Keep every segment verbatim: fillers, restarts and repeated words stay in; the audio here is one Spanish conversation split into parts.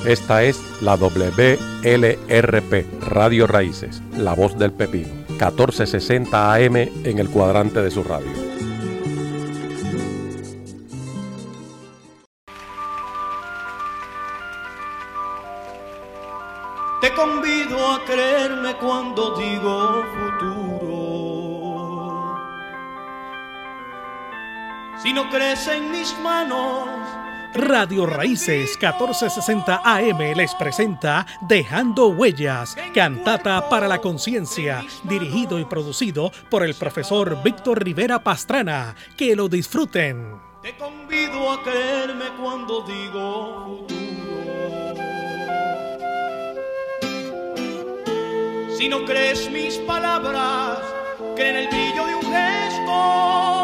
Esta es la W L R P, Radio Raíces, La Voz del Pepino, catorce sesenta A M en el cuadrante de su radio. Te convido a creerme cuando digo futuro. Si no crees en mis manos. Radio Raíces catorce sesenta A M les presenta Dejando Huellas, cantata para la conciencia, dirigido y producido por el profesor Víctor Rivera Pastrana. Que lo disfruten. Te convido a creerme cuando digo futuro. Si no crees mis palabras, cree en el brillo de un gesto.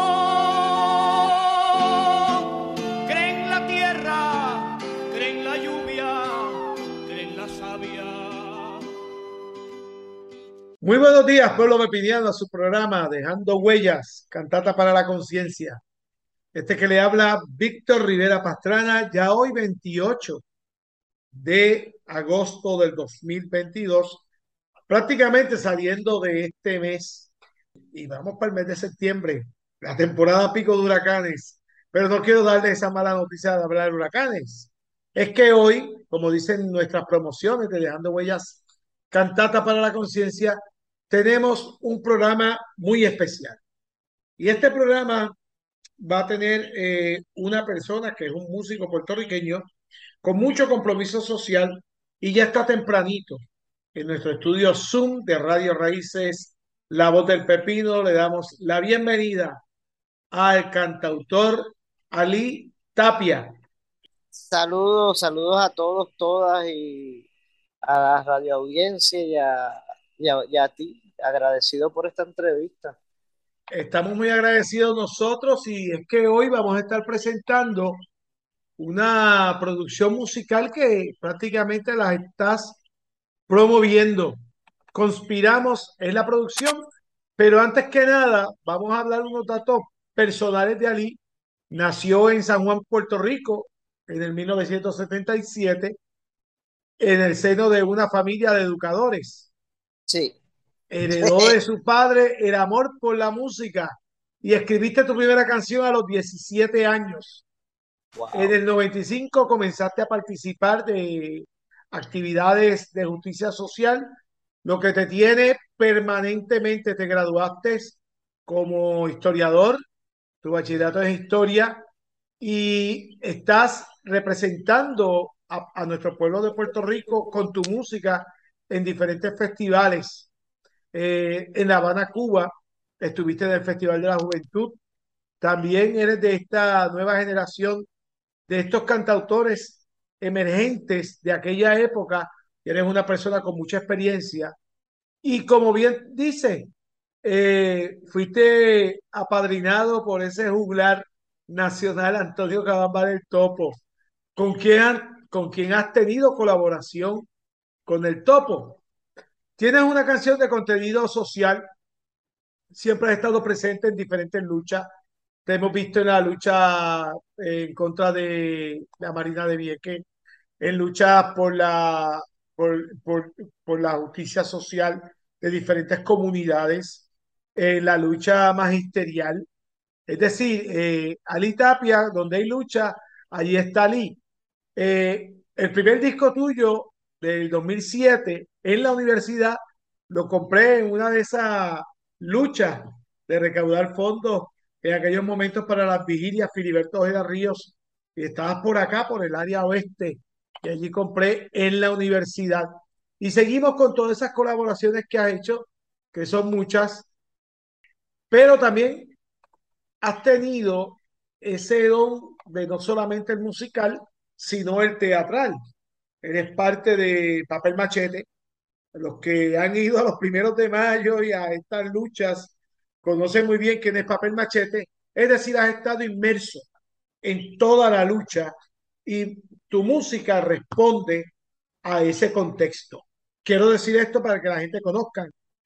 Muy buenos días, pueblo pepiniano, a su programa Dejando Huellas, cantata para la conciencia. Este que le habla Víctor Rivera Pastrana, ya hoy veintiocho de agosto del dos mil veintidós, prácticamente saliendo de este mes y vamos para el mes de septiembre, la temporada pico de huracanes. Pero no quiero darle esa mala noticia de hablar de huracanes. Es que hoy, como dicen nuestras promociones de Dejando Huellas, cantata para la conciencia, tenemos un programa muy especial. Y este programa va a tener eh, una persona que es un músico puertorriqueño con mucho compromiso social y ya está tempranito en nuestro estudio Zoom de Radio Raíces, La Voz del Pepino. Le damos la bienvenida al cantautor Ali Tapia. Saludos, saludos a todos, todas y a la radio audiencia y a, y a, y a ti. Agradecido por esta entrevista. Estamos muy agradecidos nosotros y es que hoy vamos a estar presentando una producción musical que prácticamente las estás promoviendo. Conspiramos en la producción, pero antes que nada vamos a hablar unos datos personales de Ali. Nació en San Juan, Puerto Rico, en el mil novecientos setenta y siete, en el seno de una familia de educadores. Sí. Heredó de su padre el amor por la música y escribiste tu primera canción a los diecisiete años. Wow. En el noventa y cinco comenzaste a participar de actividades de justicia social, lo que te tiene permanentemente. Te graduaste como historiador, tu bachillerato es historia y estás representando a, a nuestro pueblo de Puerto Rico con tu música en diferentes festivales. Eh, en La Habana, Cuba, estuviste en el Festival de la Juventud. También eres de esta nueva generación, de estos cantautores emergentes de aquella época. Eres una persona con mucha experiencia. Y como bien dice, eh, fuiste apadrinado por ese juglar nacional Antonio Cabamba del Topo. ¿Con quién, con quién has tenido colaboración con el Topo? Tienes una canción de contenido social, siempre has estado presente en diferentes luchas. Te hemos visto en la lucha en contra de la Marina de Vieques, en lucha por la, por, por, por la justicia social de diferentes comunidades, en la lucha magisterial. Es decir, eh, Ali Tapia, donde hay lucha, allí está Ali. Eh, el primer disco tuyo del dos mil siete en la universidad lo compré en una de esas luchas de recaudar fondos en aquellos momentos para las vigilias Filiberto Ojeda Ríos, y estabas por acá, por el área oeste, y allí compré en la universidad. Y seguimos con todas esas colaboraciones que has hecho, que son muchas, pero también has tenido ese don de no solamente el musical, sino el teatral. Eres parte de Papel Machete. Los que han ido a los primeros de mayo y a estas luchas conocen muy bien quién es Papel Machete. Es decir, has estado inmerso en toda la lucha y tu música responde a ese contexto. Quiero decir esto para que la gente conozca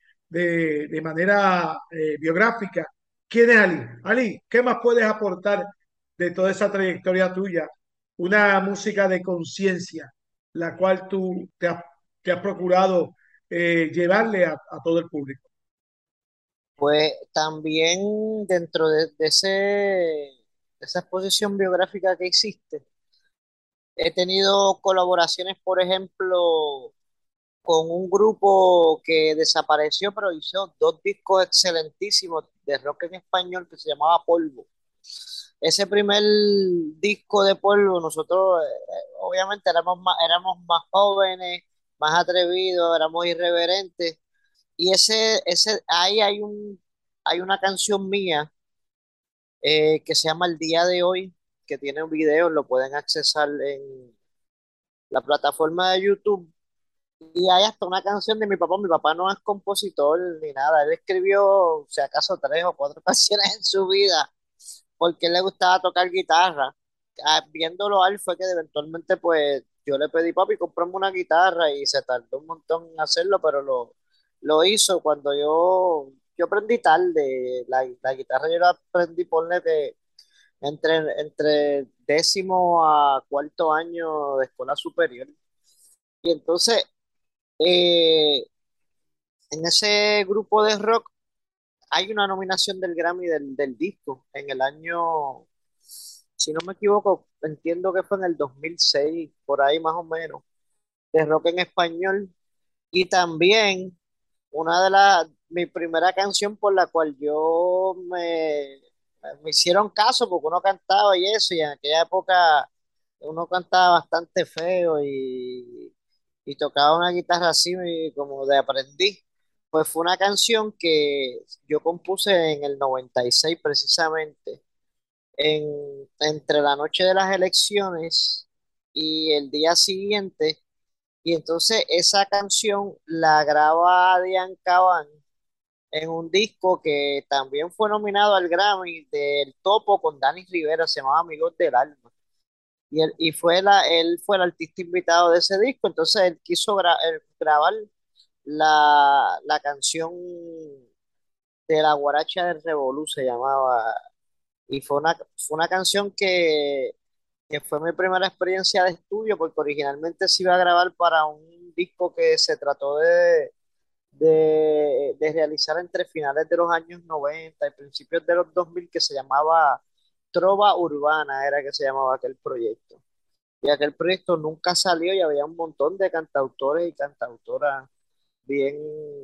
de, de manera eh, biográfica quién es Ali. Ali, ¿qué más puedes aportar de toda esa trayectoria tuya? Una música de conciencia, la cual tú te has, te has procurado eh, llevarle a, a todo el público? Pues también dentro de, de ese, de esa exposición biográfica que hiciste, he tenido colaboraciones, por ejemplo, con un grupo que desapareció, pero hizo dos discos excelentísimos de rock en español que se llamaba Polvo. Ese primer disco de Polvo, nosotros eh, obviamente éramos más, éramos más jóvenes, más atrevidos, éramos irreverentes. Y ese, ese, ahí hay un, hay una canción mía eh, que se llama El Día de Hoy, que tiene un video, lo pueden accesar en la plataforma de YouTube. Y hay hasta una canción de mi papá. Mi papá no es compositor ni nada. Él escribió, si acaso, tres o cuatro canciones en su vida porque le gustaba tocar guitarra. Ah, viéndolo a él fue que eventualmente pues yo le pedí, papi, comprame una guitarra y se tardó un montón en hacerlo, pero lo, lo hizo cuando yo, yo aprendí tarde. La, la guitarra yo la aprendí, ponle que entre, entre décimo a cuarto año de escuela superior. Y entonces, eh, en ese grupo de rock hay una nominación del Grammy del, del disco en el año, si no me equivoco, entiendo que fue en el dos mil seis por ahí más o menos, de rock en español. Y también una de las, mi primera canción por la cual yo me, me hicieron caso, porque uno cantaba y eso, y en aquella época uno cantaba bastante feo y, y tocaba una guitarra así y como de aprendiz. Pues fue una canción que yo compuse en el noventa y seis precisamente, en, entre la noche de las elecciones y el día siguiente. Y entonces esa canción la graba Adrián Cabán en un disco que también fue nominado al Grammy del Topo con Dani Rivera, se llamaba Amigos del Alma. Y, él, y fue la, él fue el artista invitado de ese disco, entonces él quiso gra- él grabar la, la canción de la guaracha del Revolú, se llamaba. Y fue una, fue una canción que, que fue mi primera experiencia de estudio, porque originalmente se iba a grabar para un disco que se trató de, de, de realizar entre finales de los años noventa y principios de los dos mil, que se llamaba Trova Urbana, era que se llamaba aquel proyecto. Y aquel proyecto nunca salió y había un montón de cantautores y cantautoras bien,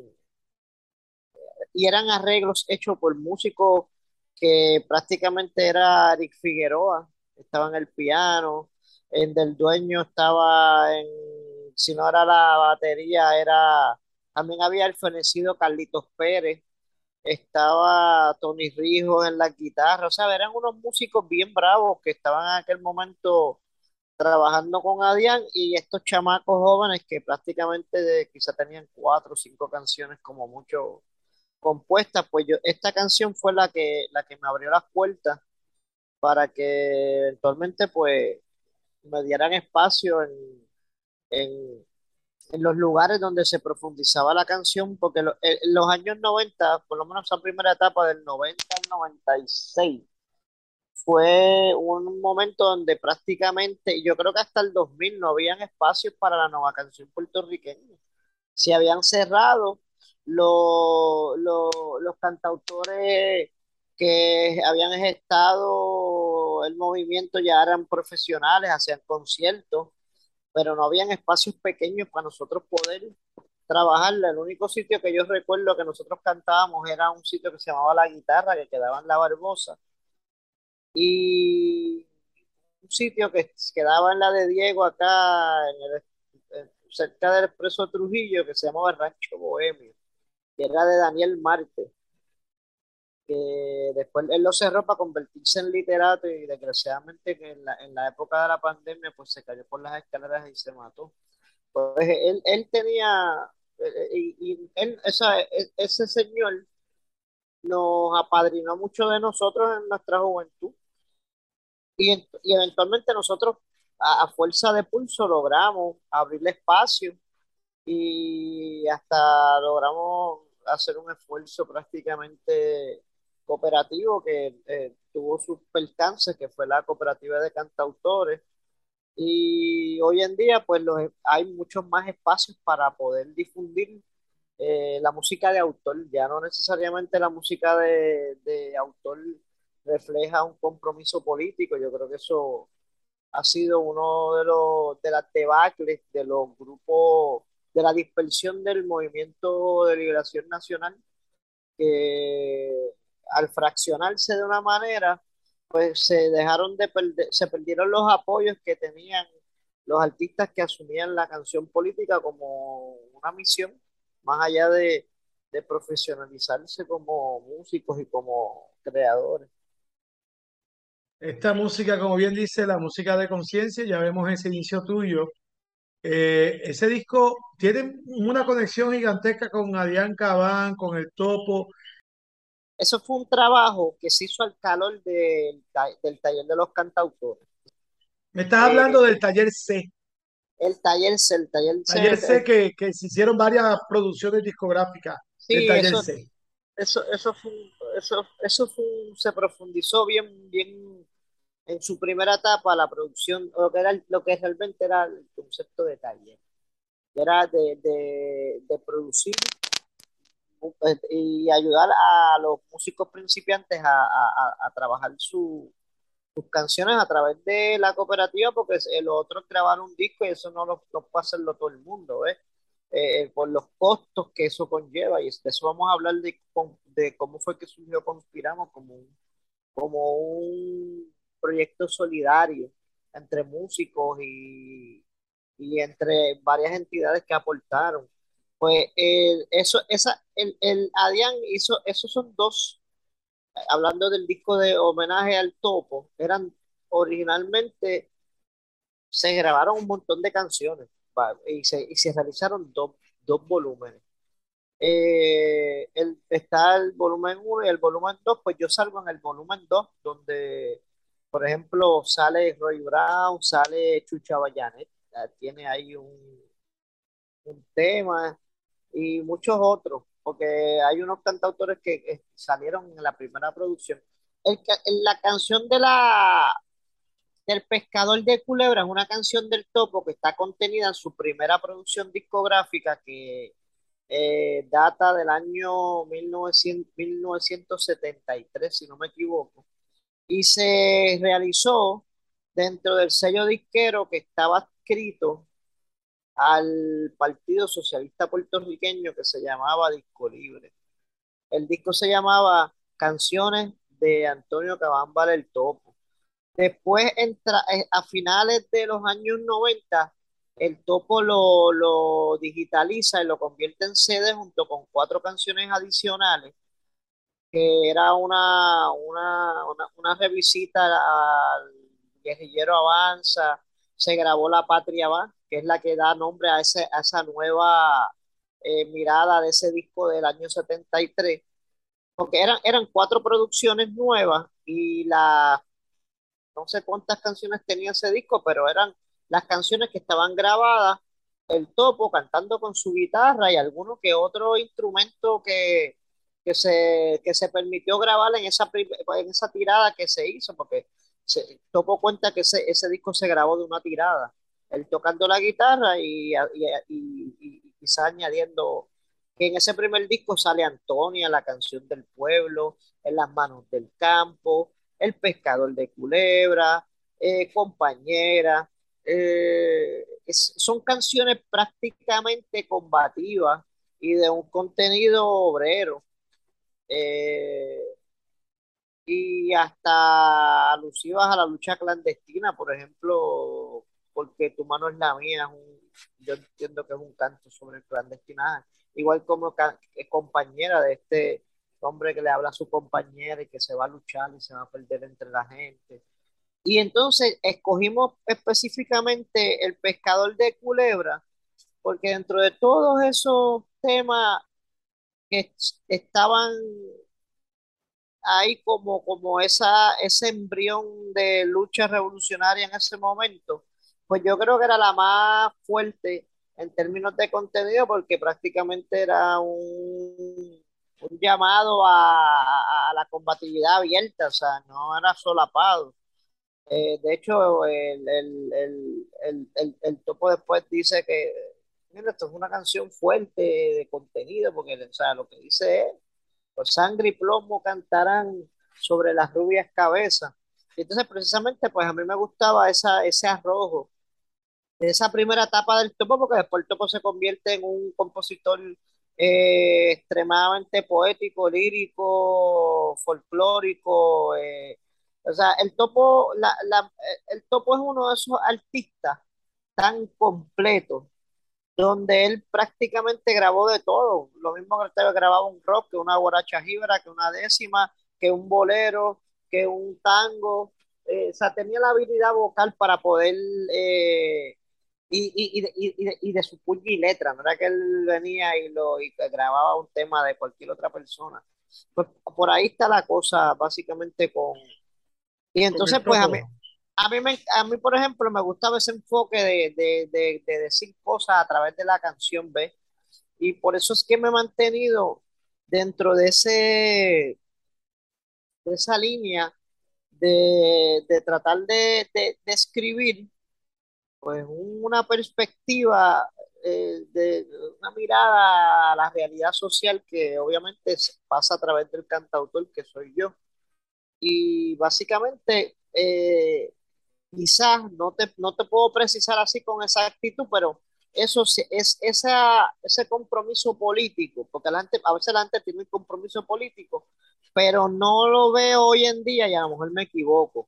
y eran arreglos hechos por músicos que prácticamente era Eric Figueroa, estaba en el piano, en Del Dueño estaba en, si no era la batería, era, también había el fenecido Carlitos Pérez, estaba Tony Rijos en la guitarra, o sea, eran unos músicos bien bravos que estaban en aquel momento trabajando con Adrián y estos chamacos jóvenes que prácticamente de, quizá tenían cuatro o cinco canciones como mucho compuesta, pues yo, esta canción fue la que, la que me abrió las puertas para que eventualmente pues me dieran espacio en, en, en los lugares donde se profundizaba la canción, porque lo- en en los años noventa, por lo menos esa primera etapa del noventa al noventa y seis, fue un momento donde prácticamente, yo creo que hasta el dos mil no habían espacios para la nueva canción puertorriqueña. Se habían cerrado los, los, los cantautores que habían estado el movimiento, ya eran profesionales, hacían conciertos, pero no habían espacios pequeños para nosotros poder trabajarla. El único sitio que yo recuerdo que nosotros cantábamos era un sitio que se llamaba La Guitarra, que quedaba en La Barbosa, y un sitio que quedaba en la de Diego, acá en el, en- cerca del Expreso Trujillo, que se llamaba el Rancho Bohemio, que era de Daniel Marte, que después él lo cerró para convertirse en literato y desgraciadamente que en la, en la época de la pandemia pues se cayó por las escaleras y se mató. Pues él, él tenía, eh, y, y él, esa, e- ese señor nos apadrinó mucho de nosotros en nuestra juventud y, en- y eventualmente nosotros a, a fuerza de pulso logramos abrirle espacio y hasta logramos hacer un esfuerzo prácticamente cooperativo que eh, tuvo sus percances, que fue la cooperativa de cantautores, Y hoy en día, pues los, hay muchos más espacios para poder difundir eh, la música de autor. Ya no necesariamente la música de, de autor refleja un compromiso político. Yo creo que eso ha sido uno de los de las debacles de los grupos, de la dispersión del movimiento de liberación nacional, que al fraccionarse de una manera, pues se dejaron de perder, se perdieron los apoyos que tenían los artistas que asumían la canción política como una misión, más allá de, de profesionalizarse como músicos y como creadores. Esta música, como bien dice, la música de conciencia, ya vemos ese inicio tuyo. Eh, ese disco tiene una conexión gigantesca con Adrián Cabán, con El Topo. Eso fue un trabajo que se hizo al calor del, ta- del taller de los cantautores. Me estás hablando Eh, del Taller C. el taller C, el taller C, Taller C el- que, que se hicieron varias producciones discográficas del sí, Taller eso, C. eso, eso fue, un- eso, eso fue un- se profundizó bien, bien en su primera etapa la producción, o lo que era el- lo que realmente era el concepto de taller, que era de, de, de producir pues, y ayudar a los músicos principiantes a, a, a- a trabajar su, sus canciones a través de la cooperativa, porque es- eh, los otros grabaron un disco y eso no lo, no puede hacerlo todo el mundo, ¿ves? Eh, por los costos que eso conlleva, y de eso vamos a hablar de, con- de cómo fue que surgió Conspiramos como un, como un proyecto solidario entre músicos y, y entre varias entidades que aportaron. Pues eh, eso, esa, el, el Adian hizo, esos son dos, hablando del disco de homenaje al Topo, eran originalmente, se grabaron un montón de canciones pa- y se, y se realizaron dos, dos volúmenes. Eh, el, está el volumen uno y el volumen dos, pues yo salgo en el volumen dos donde, por ejemplo, sale Roy Brown, sale Chucha Bayanet, eh, tiene ahí un, un tema y muchos otros, porque hay unos cantautores que eh, salieron en la primera producción. El, ca- la canción de la, del Pescador de Culebra es una canción del Topo que está contenida en su primera producción discográfica que eh, data del año mil novecientos, mil novecientos setenta y tres, si no me equivoco, y se realizó dentro del sello disquero que estaba adscrito al Partido Socialista Puertorriqueño que se llamaba Disco Libre. El disco se llamaba Canciones de Antonio Cabámbal el Topo. Después, entra, eh, a finales de los años noventa, el Topo lo, lo digitaliza y lo convierte en C D junto con cuatro canciones adicionales, que era una, una, una, una revisita al Guerrillero Avanza, se grabó La Patria Va, que es la que da nombre a, ese, a esa nueva eh, mirada de ese disco del año setenta y tres, porque eran, eran cuatro producciones nuevas y la no sé cuántas canciones tenía ese disco, pero eran las canciones que estaban grabadas, el Topo cantando con su guitarra y alguno que otro instrumento que, que, se, que se permitió grabar en esa, en esa tirada que se hizo, porque se, Topo cuenta que ese, ese disco se grabó de una tirada, él tocando la guitarra y, y, y, y quizá añadiendo que en ese primer disco sale Antonia, la canción del pueblo, en las manos del campo, el pescador de culebra, eh, compañera. Eh, es- son canciones prácticamente combativas y de un contenido obrero. eh, y hasta alusivas a la lucha clandestina, por ejemplo, porque tu mano es la mía, es un- yo entiendo que es un canto sobre el clandestinaje, igual como ca- es compañera de este hombre que le habla a su compañera y que se va a luchar y se va a perder entre la gente. Y entonces escogimos específicamente el pescador de culebra, porque dentro de todos esos temas que estaban hay como, como esa, ese embrión de lucha revolucionaria en ese momento, pues yo creo que era la más fuerte en términos de contenido porque prácticamente era un, un llamado a, a, a la combatividad abierta, o sea, no era solapado. Eh, de hecho, el, el, el, el, el, el Topo después dice que, mira, esto es una canción fuerte de contenido, porque o sea, lo que dice es, pues sangre y plomo cantarán sobre las rubias cabezas. Y entonces, precisamente, pues a mí me gustaba esa, ese arrojo de esa primera etapa del Topo, porque después el Topo se convierte en un compositor eh, extremadamente poético, lírico, folclórico. Eh, o sea, el Topo, la, la- el Topo es uno de esos artistas tan completos, donde él prácticamente grabó de todo. Lo mismo que él grababa un rock, que una guaracha jíbara, que una décima, que un bolero, que un tango. Eh, o sea, tenía la habilidad vocal para poder eh, y, y, y, de, y, de, y de su puño y letra, no era que él venía y lo y grababa un tema de cualquier otra persona. Pues por ahí está la cosa, básicamente con. Y con entonces, el pues a mí, Topo. a mí, me, a mí por ejemplo, me gustaba ese enfoque de, de, de, de decir cosas a través de la canción, ¿ves? Y por eso es que me he mantenido dentro de ese, de esa línea de, de tratar de, de, de escribir pues una perspectiva, eh, de una mirada a la realidad social que obviamente se pasa a través del cantautor que soy yo. Y básicamente, eh, quizás no te, no te puedo precisar así con exactitud, pero eso sí, es esa, ese compromiso político, porque la gente, a veces la gente tiene un compromiso político, pero no lo veo hoy en día y a lo mejor me equivoco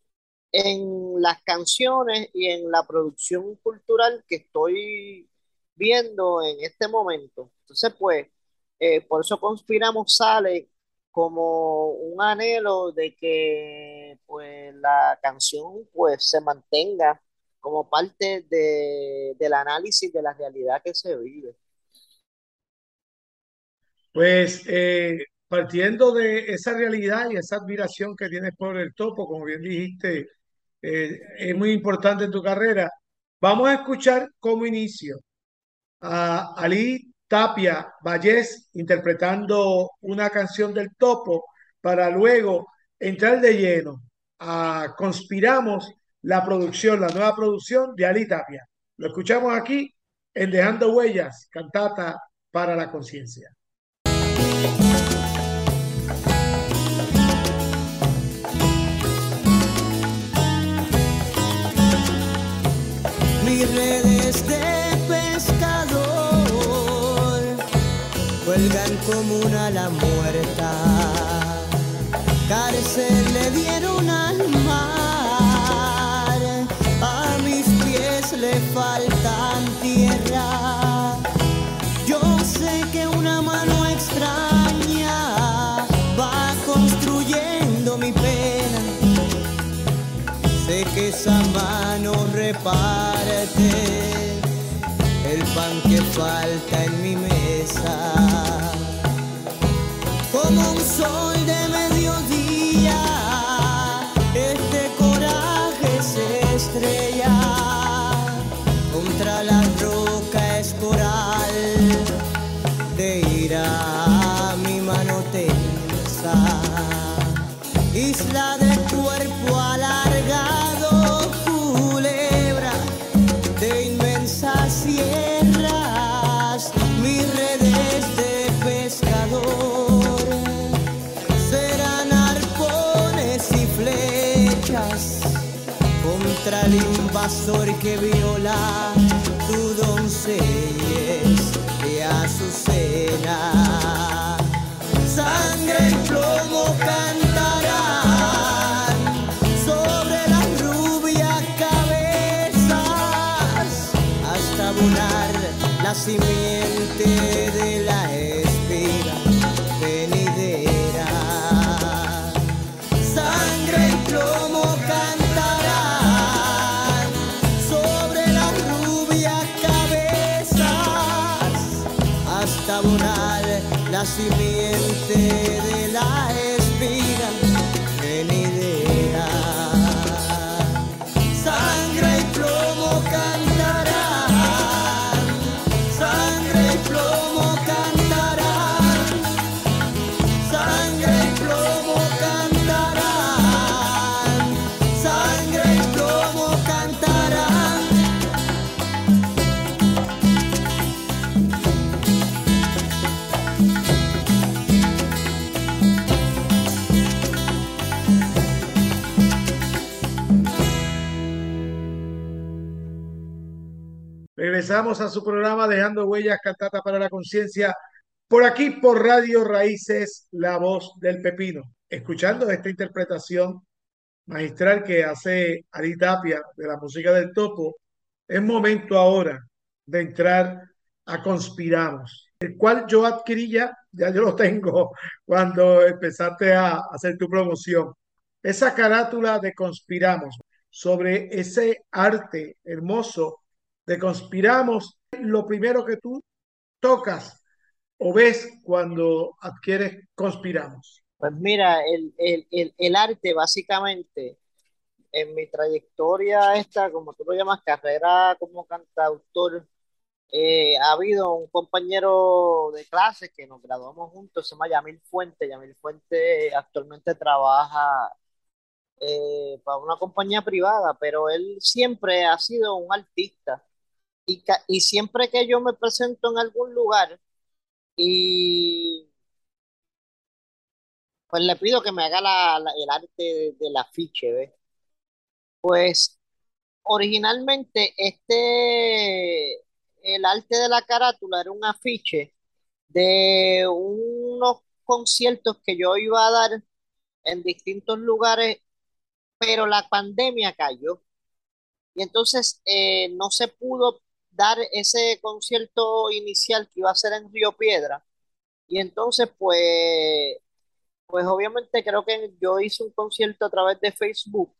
en las canciones y en la producción cultural que estoy viendo en este momento. Entonces, pues, eh, por eso Conspiramos sale como un anhelo de que pues la canción pues se mantenga como parte de, del análisis de la realidad que se vive. Pues eh, partiendo de esa realidad y esa admiración que tienes por el Topo, como bien dijiste, eh, es muy importante en tu carrera. Vamos a escuchar como inicio a Ali Tapia Vallés interpretando una canción del Topo para luego entrar de lleno a Conspiramos, la producción, la nueva producción de Ali Tapia. Lo escuchamos aquí en Dejando Huellas, cantata para la conciencia. Mis redes de pescador cuelgan como una ala muerta, cárcel le dieron al mar, a mis pies le faltan tierra. Yo sé que una mano extraña va construyendo mi pena, sé que esa mano reparte el pan que falta en mi mesa. Como un sol de mediodía, este coraje se estrella contra la roca escoral de ira, mi mano tensa, isla de cuerpo alargado, culebra de inmensas sierras, mis redes de pescador serán arpones y flechas contra el invasor que viola tu doncellez y azucena. Sangre y plomo cantarán sobre las rubias cabezas hasta abonar la simiente de la espiga venidera. Sangre y plomo cantarán sobre las rubias cabezas hasta abonar la simiente de la espiga venidera. Sangre y plomo cantarán, sangre y plomo cantarán, sangre y plomo cantarán, sangre Regresamos a su programa Dejando Huellas, Cantata para la Conciencia, por aquí por Radio Raíces, La Voz del Pepino. Escuchando esta interpretación magistral que hace Ari Tapia de la música del Topo, es momento ahora de entrar a Conspiramos, el cual yo adquirí ya, ya yo lo tengo cuando empezaste a hacer tu promoción. Esa carátula de Conspiramos, sobre ese arte hermoso de Conspiramos, lo primero que tú tocas o ves cuando adquieres Conspiramos. Pues mira, el, el, el, el arte básicamente en mi trayectoria esta, como tú lo llamas, carrera como cantautor, eh, ha habido un compañero de clase que nos graduamos juntos, se llama Yamil Fuente. Yamil Fuente actualmente trabaja eh, para una compañía privada, pero él siempre ha sido un artista. Y, ca- y siempre que yo me presento en algún lugar y pues le pido que me haga la- la- el arte del afiche, ¿ves? Pues originalmente este, el arte de la carátula era un afiche de unos conciertos que yo iba a dar en distintos lugares, pero la pandemia cayó y entonces eh, no se pudo dar ese concierto inicial que iba a ser en Río Piedra. Y entonces pues, pues obviamente creo que yo hice un concierto a través de Facebook.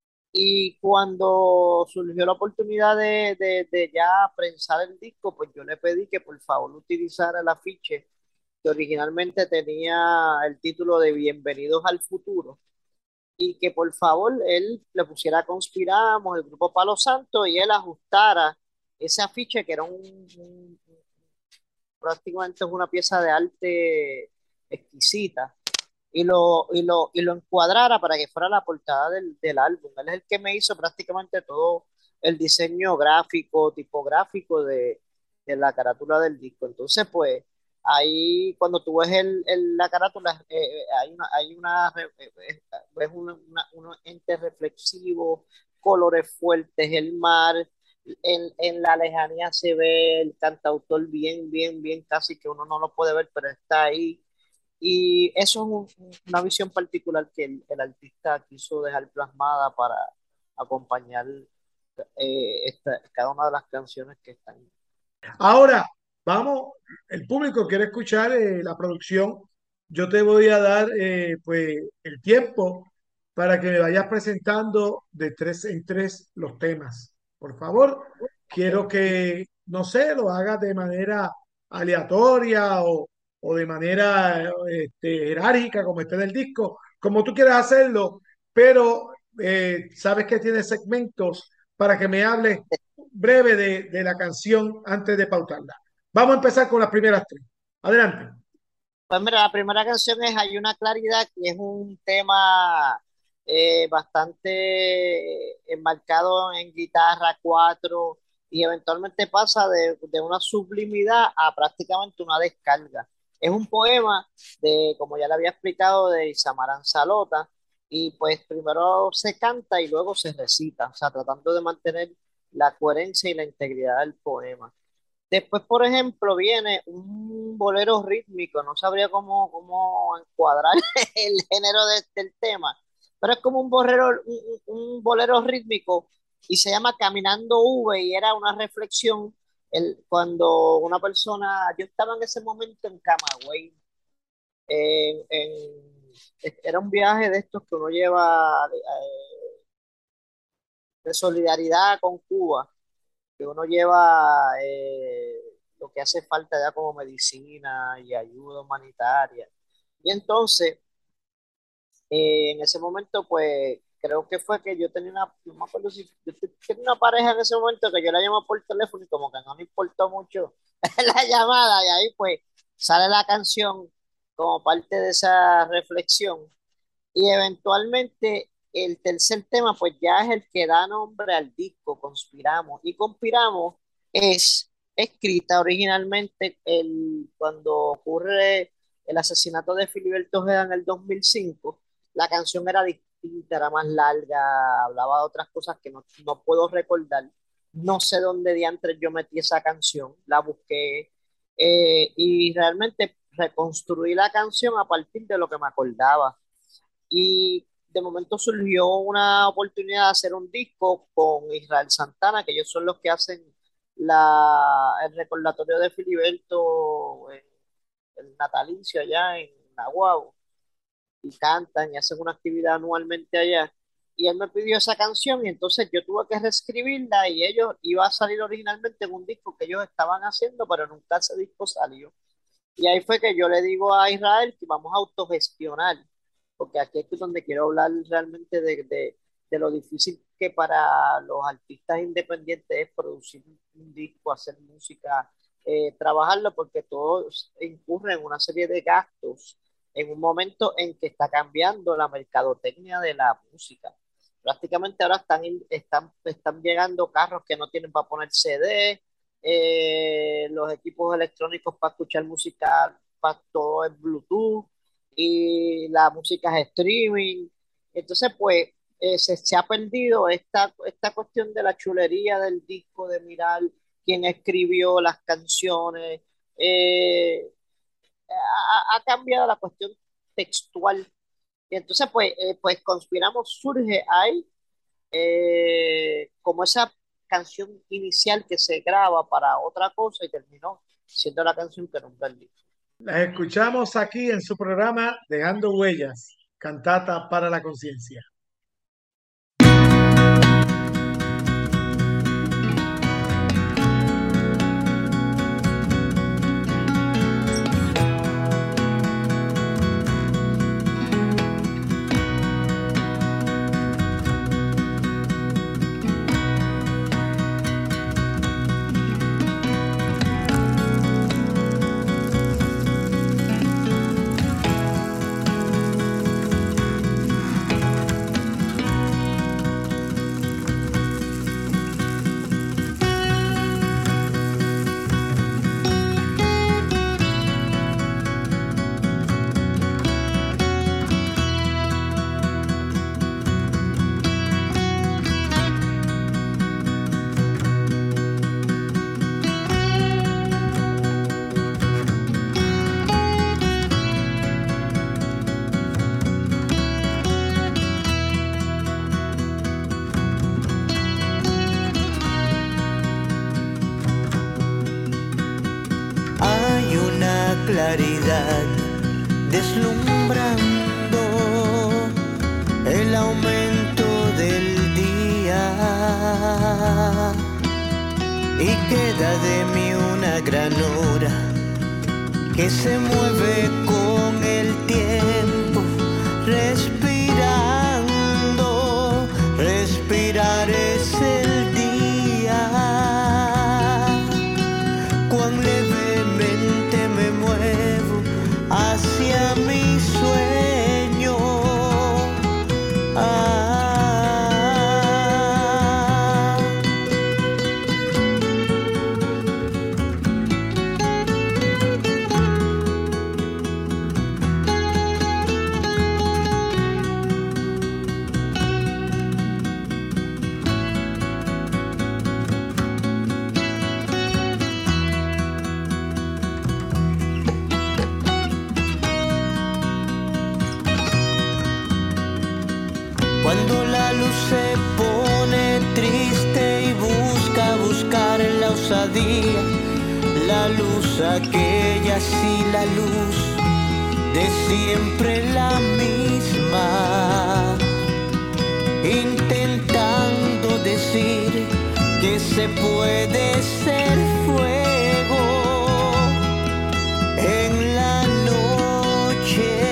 Y cuando surgió la oportunidad de, de, de ya prensar el disco, pues yo le pedí que por favor utilizara el afiche que originalmente tenía el título de Bienvenidos al Futuro y que por favor él le pusiera Conspiramos, el grupo Palo Santo, y él ajustara ese afiche que era un, un- prácticamente es una pieza de arte exquisita y lo, y lo, y lo encuadrara para que fuera la portada del, del álbum. Él es el que me hizo prácticamente todo el diseño gráfico, tipográfico de, de la carátula del disco. Entonces, pues, ahí cuando tú ves el, el- la carátula, eh, eh, hay una, hay una, re- eh, eh, ves una, una- un ente reflexivo, colores fuertes, el mar. En, en la lejanía se ve el cantautor bien, bien, bien, casi que uno no lo puede ver, pero está ahí y eso es un- una visión particular que el, el artista quiso dejar plasmada para acompañar eh, esta- cada una de las canciones que están. Ahora, vamos, el público quiere escuchar eh, la producción. Yo te voy a dar eh, pues el tiempo para que me vayas presentando de tres en tres los temas. Por favor, quiero Ok. que, no sé, lo hagas de manera aleatoria o, o de manera este, jerárquica, como está en el disco, como tú quieras hacerlo, pero eh, sabes que tiene segmentos para que me hables breve de, de la canción antes de pautarla. Vamos a empezar con las primeras tres. Adelante. Pues mira, la primera canción es Hay una claridad, que es un tema eh, bastante enmarcado en guitarra cuatro y eventualmente pasa de, de una sublimidad a prácticamente una descarga. Es un poema de, como ya le había explicado, de Isamarán Salota y pues primero se canta y luego se recita, o sea, tratando de mantener la coherencia y la integridad del poema. Después, por ejemplo, viene un bolero rítmico, no sabría cómo, cómo encuadrar el género de- del tema, pero es como un bolero, un, un bolero rítmico y se llama Caminando V y era una reflexión el, cuando una persona, yo estaba en ese momento en Camagüey, en- en- era un viaje de estos que uno lleva eh, de solidaridad con Cuba que uno lleva eh, lo que hace falta ya como medicina y ayuda humanitaria. Y entonces, eh, en ese momento, pues creo que fue que yo tenía una, no me acuerdo si yo te- tenía una pareja en ese momento que yo la llamé por teléfono y como que no me importó mucho la llamada y ahí pues sale la canción como parte de esa reflexión y eventualmente el tercer tema, pues ya es el que da nombre al disco, Conspiramos. Y Conspiramos es escrita originalmente el, cuando ocurre el asesinato de Filiberto Ojeda en el dos mil cinco. La canción era distinta, era más larga, hablaba de otras cosas que no, no puedo recordar. No sé dónde diantres yo metí esa canción, la busqué eh, y realmente reconstruí la canción a partir de lo que me acordaba. Y de momento surgió una oportunidad de hacer un disco con Israel Santana, que ellos son los que hacen la, el recordatorio de Filiberto, en el natalicio allá en Nahuatl, y cantan y hacen una actividad anualmente allá. Y él me pidió esa canción y entonces yo tuve que reescribirla y ellos iba a salir originalmente en un disco que ellos estaban haciendo, pero nunca ese disco salió. Y ahí fue que yo le digo a Israel que vamos a autogestionar, porque aquí es donde quiero hablar realmente de, de, de lo difícil que para los artistas independientes es producir un disco, hacer música, eh, trabajarlo, porque todos incurren en una serie de gastos en un momento en que está cambiando la mercadotecnia de la música. Prácticamente ahora están, están, están llegando carros que no tienen para poner C D, eh, los equipos electrónicos para escuchar música, para todo es Bluetooth y la música es streaming. Entonces, pues, eh, se, se ha perdido esta, esta cuestión de la chulería del disco, de mirar quién escribió las canciones. Eh, ha, ha cambiado la cuestión textual. Y entonces, pues, eh, pues Conspiramos surge ahí eh, como esa canción inicial que se graba para otra cosa y terminó siendo la canción que nombra el disco. Las escuchamos aquí en su programa Dejando Huellas, cantata para la conciencia. Claridad deslumbrando el aumento del día y queda de mí una gran hora que se mueve con el tiempo, respirando, respirar es el día, cuán levemente me muevo hacia mi sueño. Ah, cuando la luz se pone triste y busca buscar en la osadía la luz aquella, sí, la luz de siempre, la misma, intentando decir que se puede ser fuego en la noche.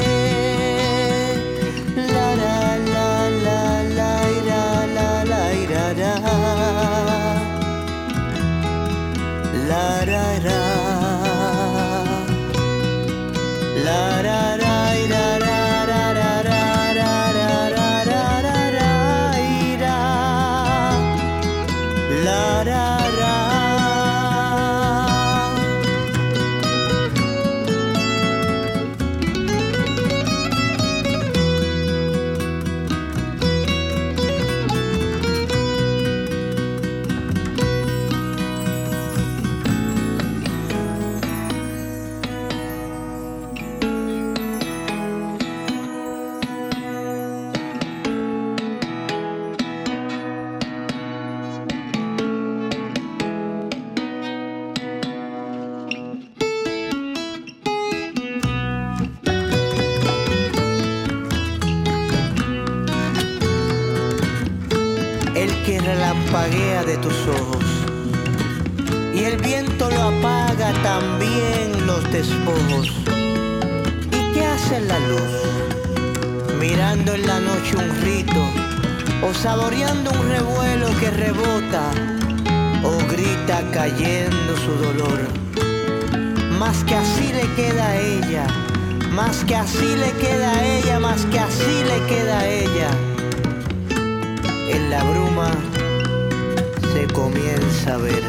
La la la la la ira, la la ira, ra. La ra ra. La ra ra ira, ra ra ra ra ra ra ra ra ra ra ira. La ra ra. relampaguea de tus ojos, y el viento lo apaga también los despojos. ¿Y qué hace la luz? Mirando en la noche un rito, o saboreando un revuelo que rebota, o grita cayendo su dolor. Más que así le queda a ella, más que así le queda a ella, más que así le queda a ella. En la bruma se comienza a ver.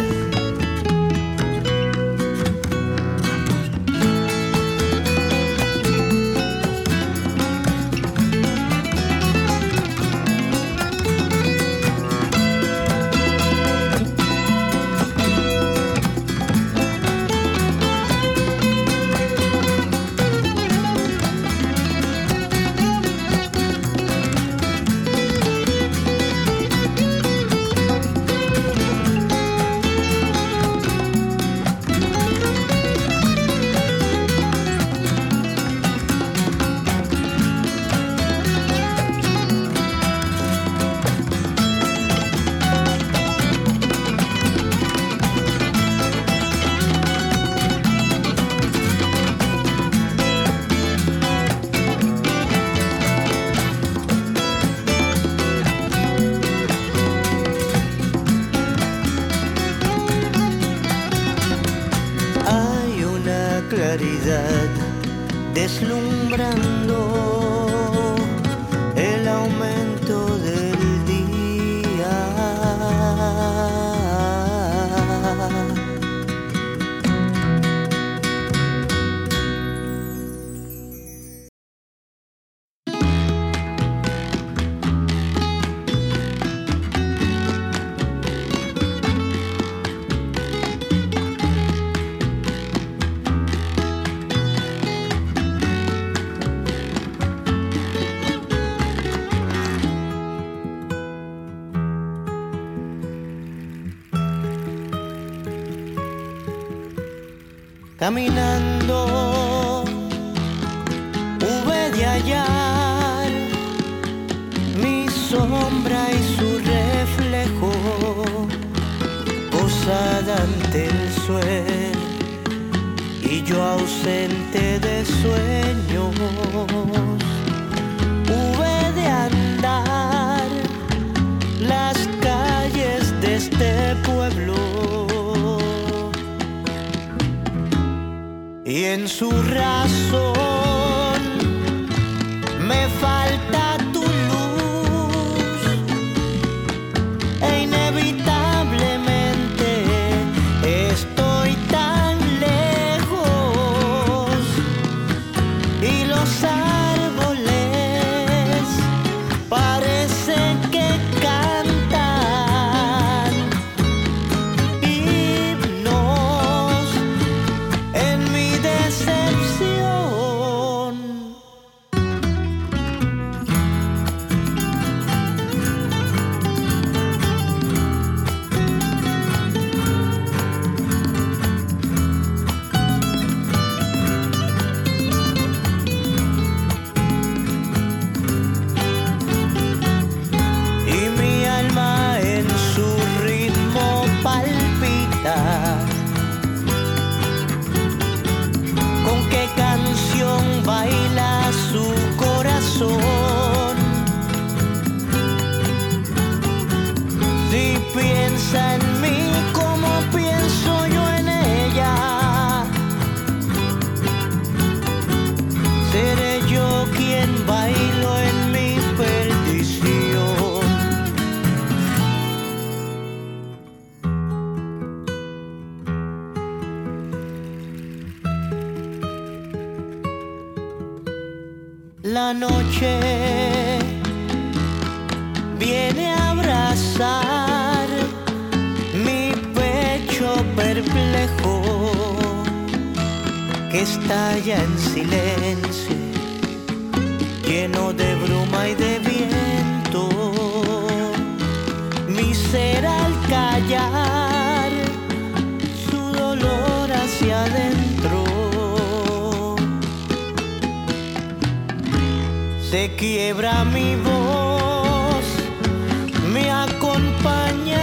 Deslumbrando el aumento del día. Caminando, hube de hallar mi sombra y su reflejo posada ante el suelo, y yo ausente de sueños. Hube de andar las calles de este pueblo, y en su razón me falta tu luz, e inevitablemente estoy tan lejos, y los árboles parecen que cantan himnos en mi decepción. Y mi alma en su ritmo palpita. ¿Con qué canción baila su corazón? Si piensa en mí como pienso yo en ella, seré yo quien bailo en mi perdición. La noche viene a abrazar mi pecho perplejo, que estalla en silencio, lleno de bruma y de viento. Mi ser al callar su dolor hacia adentro, se quiebra mi voz, me acompaña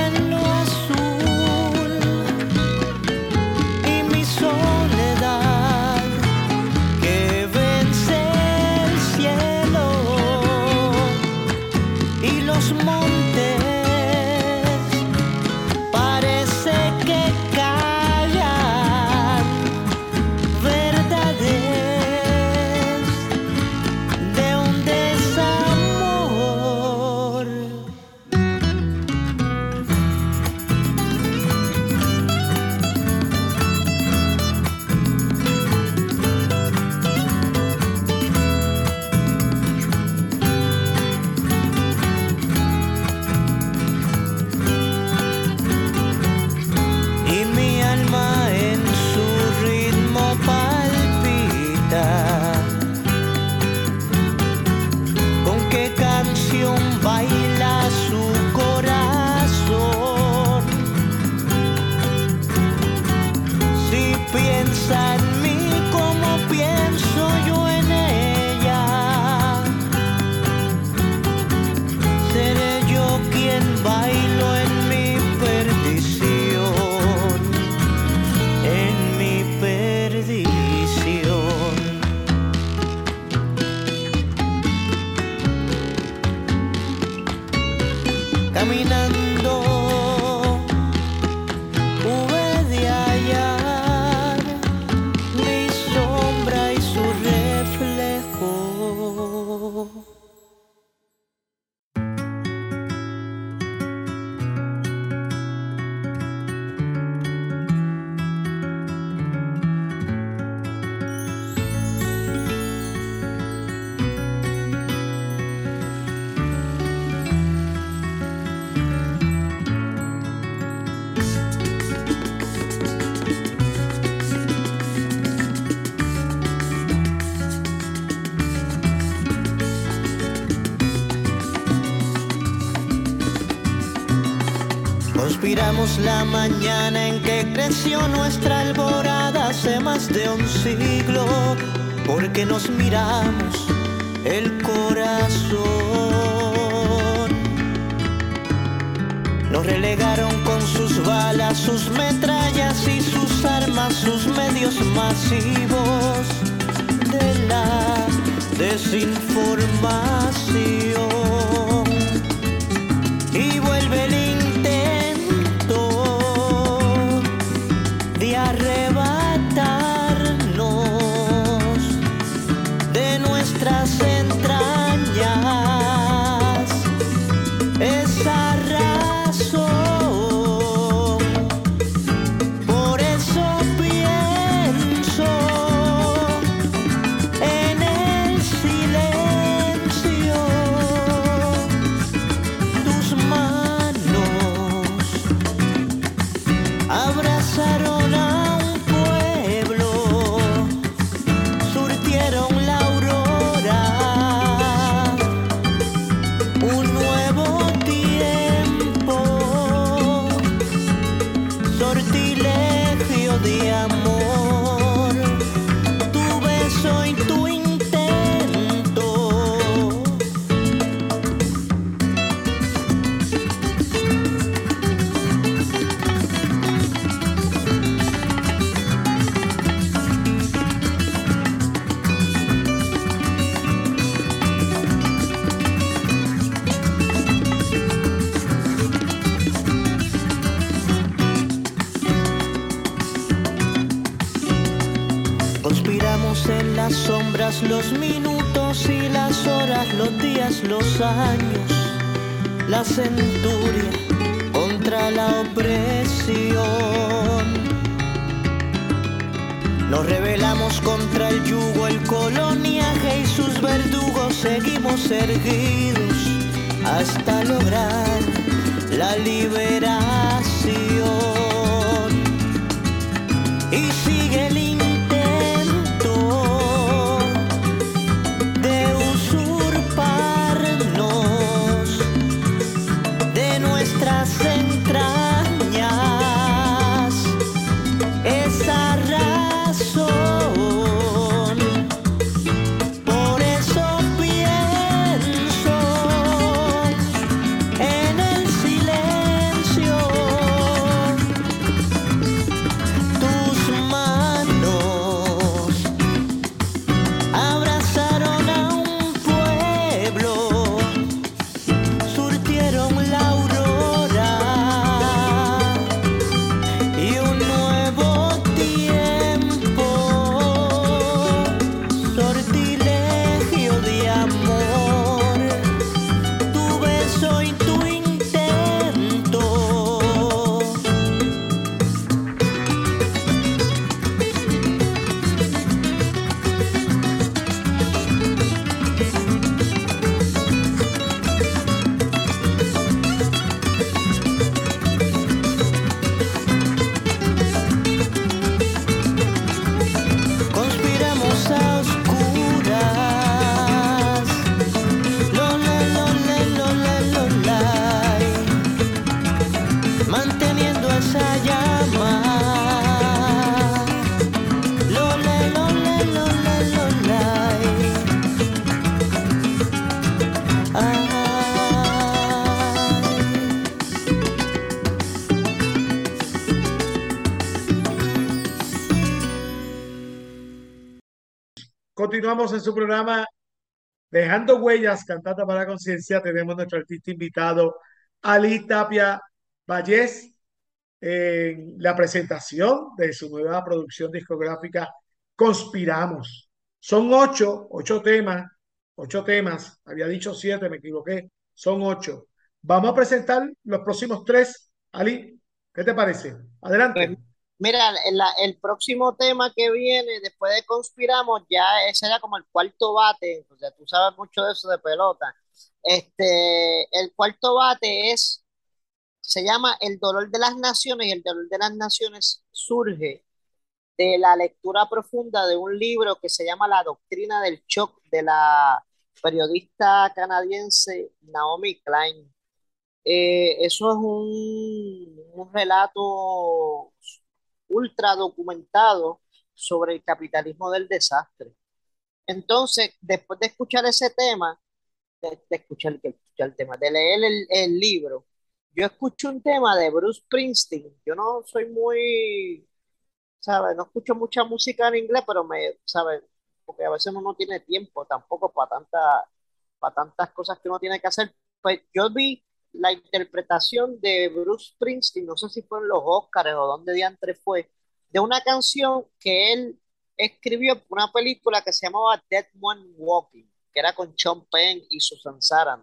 Conspiramos la mañana en que creció nuestra alborada hace más de un siglo, porque nos miramos el corazón. Nos relegaron con sus balas, sus metrallas y sus armas, sus medios masivos de la desinformación. Y vuelve el intento de arrebatarnos de nuestras entrañas esa razón. Por eso pienso en el silencio, tus manos abrazaron a un pueblo, surtieron la aurora, un nuevo tiempo, sortilegio de amor, tu beso y tu intento. Conspiramos en las sombras los minutos y las horas, los días, los años, la centuria contra la opresión. Nos rebelamos contra el yugo, el coloniaje y sus verdugos. Seguimos erguidos hasta lograr la liberación. Y sigue el intento de usurparnos de nuestras entrañas esa razón. Por eso pienso en el silencio, tus manos abrazaron a un pueblo, surtieron la aurora y un nuevo tiempo, sortilegio de amor, tu beso y tu intento. Conspiramos a oscuras, lo, le, lo, le, lo, le, lo, lai, manteniendo esa llama, lo, le, lo, le, lo, le, lo, lai. Ay. Continuamos en su programa Dejando Huellas, Cantata para la Conciencia. Tenemos nuestro artista invitado, Ali Tapia Vallés, en la presentación de su nueva producción discográfica Conspiramos. Son ocho, ocho temas, ocho temas. Había dicho siete, me equivoqué. Son ocho. Vamos a presentar los próximos tres. Ali, ¿qué te parece? Pues Adelante. mira, el, la- el próximo tema que viene después de Conspiramos, ya ese era como el cuarto bate, o sea, tú sabes mucho de eso de pelota. Este, el cuarto bate es, se llama El dolor de las naciones, y el dolor de las naciones surge de la lectura profunda de un libro que se llama La doctrina del shock de la periodista canadiense Naomi Klein. Eh, eso es un, un relato ultra documentado sobre el capitalismo del desastre. Entonces, después de escuchar ese tema, de, de escuchar, de escuchar el tema, de leer el, el libro, yo escucho un tema de Bruce Springsteen. Yo no soy muy, ¿sabes? No escucho mucha música en inglés, pero me, ¿sabes? Porque a veces uno no tiene tiempo tampoco para tanta, para tantas cosas que uno tiene que hacer. Pues yo vi la interpretación de Bruce Springsteen, no sé si fue en los Oscars o dónde diantre fue, de una canción que él escribió para una película que se llamaba Dead Man Walking, que era con Sean Penn y Susan Sarandon.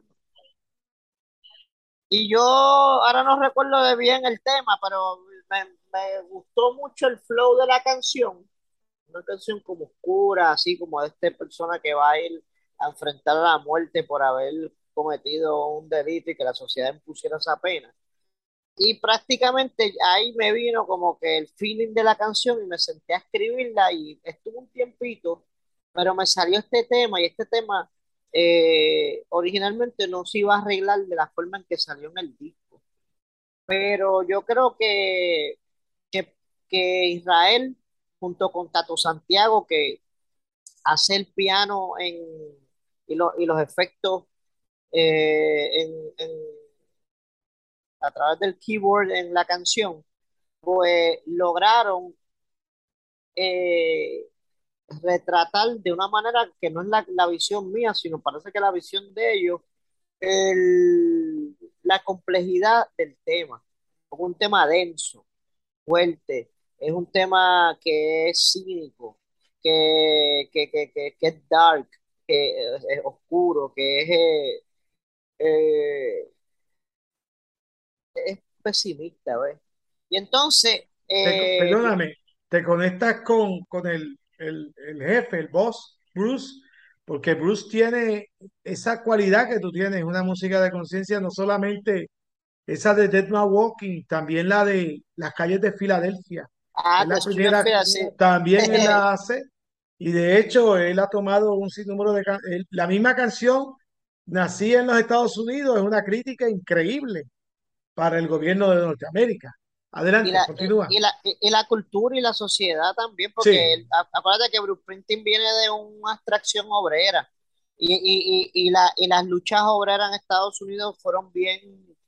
Y yo ahora no recuerdo de bien el tema, pero me, me gustó mucho el flow de la canción. Una canción como oscura, así como de esta persona que va a ir a enfrentar a la muerte por haber cometido un delito y que la sociedad impusiera esa pena. Y prácticamente ahí me vino como que el feeling de la canción y me senté a escribirla y estuvo un tiempito, pero me salió este tema y este tema eh, originalmente no se iba a arreglar de la forma en que salió en el disco. Pero yo creo que, que, que Israel, junto con Tato Santiago, que hace el piano en, y, lo- y los efectos eh, en, en- a través del keyboard en la canción, pues lograron eh, retratar de una manera que no es la, la visión mía, sino parece que la visión de ellos, el- la complejidad del tema. Es un tema denso, fuerte, es un tema que es cínico, que, que, que, que, que es dark, que es, es oscuro, que es, eh, eh, es pesimista, ¿ves? Y entonces, Te co- eh, yo- perdóname, te conectas con, con el, el, el jefe, el boss, Bruce, porque Bruce tiene esa cualidad que tú tienes, una música de conciencia, no solamente esa de Dead Man Walking, también la de Las calles de Filadelfia. ah, Es The la Street of primera, Fear, sí. también él la hace, y de hecho él ha tomado un sinnúmero de... can- él- la misma canción, nacida en los Estados Unidos, es una crítica increíble para el gobierno de Norteamérica. Y Adelante, la, continúa. y la, y la cultura y la sociedad también, porque Sí. él- a- acuérdate que Bruce Springsteen viene de una extracción obrera y, y, y, y, la, y las luchas obreras en Estados Unidos fueron bien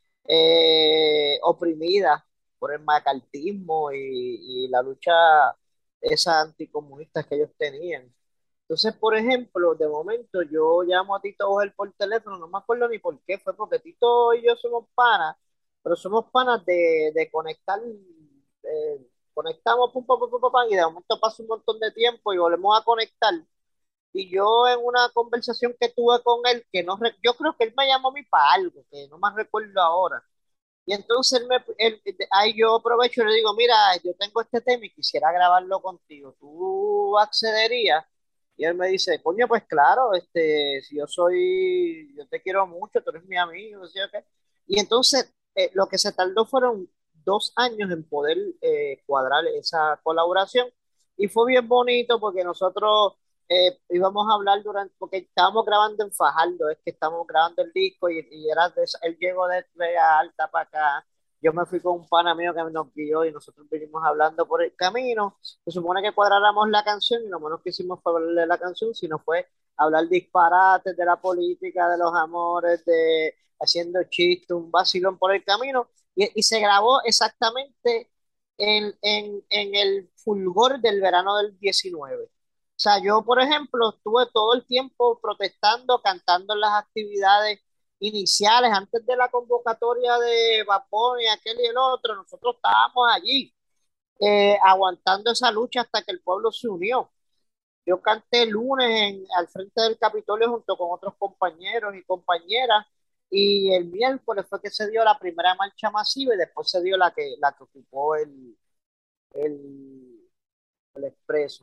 eh, oprimidas por el macartismo y, y la lucha esa anticomunista que ellos tenían. Entonces, por ejemplo, de momento yo llamo a Tito Ojer por teléfono, no me acuerdo ni por qué, fue porque Tito y yo somos panas, pero somos panas de, de conectar, eh, conectamos pum, pum, pum, pum, pum, pum, y de momento pasa un montón de tiempo y volvemos a conectar. Y yo en una conversación que tuve con él, que no, re- yo creo que él me llamó a mí para algo, que no me recuerdo ahora. Y entonces él me, él- ahí yo aprovecho y le digo, mira, yo tengo este tema y quisiera grabarlo contigo. ¿Tú accederías? Y él me dice, coño, pues claro, este, si yo soy, yo te quiero mucho, tú eres mi amigo, ¿sí o qué? Y entonces eh, lo que se tardó fueron dos años en poder eh, cuadrar esa colaboración. Y fue bien bonito porque nosotros eh, íbamos a hablar durante, porque estábamos grabando en Fajardo, es que estamos grabando el disco y, y era de, él llegó de Vega Alta para acá, yo me fui con un pana mío que nos guió y nosotros vinimos hablando por el camino, se supone que cuadráramos la canción y lo menos que hicimos fue hablar de la canción, sino fue hablar disparates de la política, de los amores, de haciendo chistes, un vacilón por el camino, y, y se grabó exactamente en, en, en el fulgor del verano del diecinueve. O sea, yo, por ejemplo, estuve todo el tiempo protestando, cantando en las actividades iniciales, antes de la convocatoria de Vapor y aquel y el otro, nosotros estábamos allí, eh, aguantando esa lucha hasta que el pueblo se unió. Yo canté el lunes en, al frente del Capitolio junto con otros compañeros y compañeras, y el miércoles fue que se dio la primera marcha masiva y después se dio la que, la que ocupó el, el, el expreso.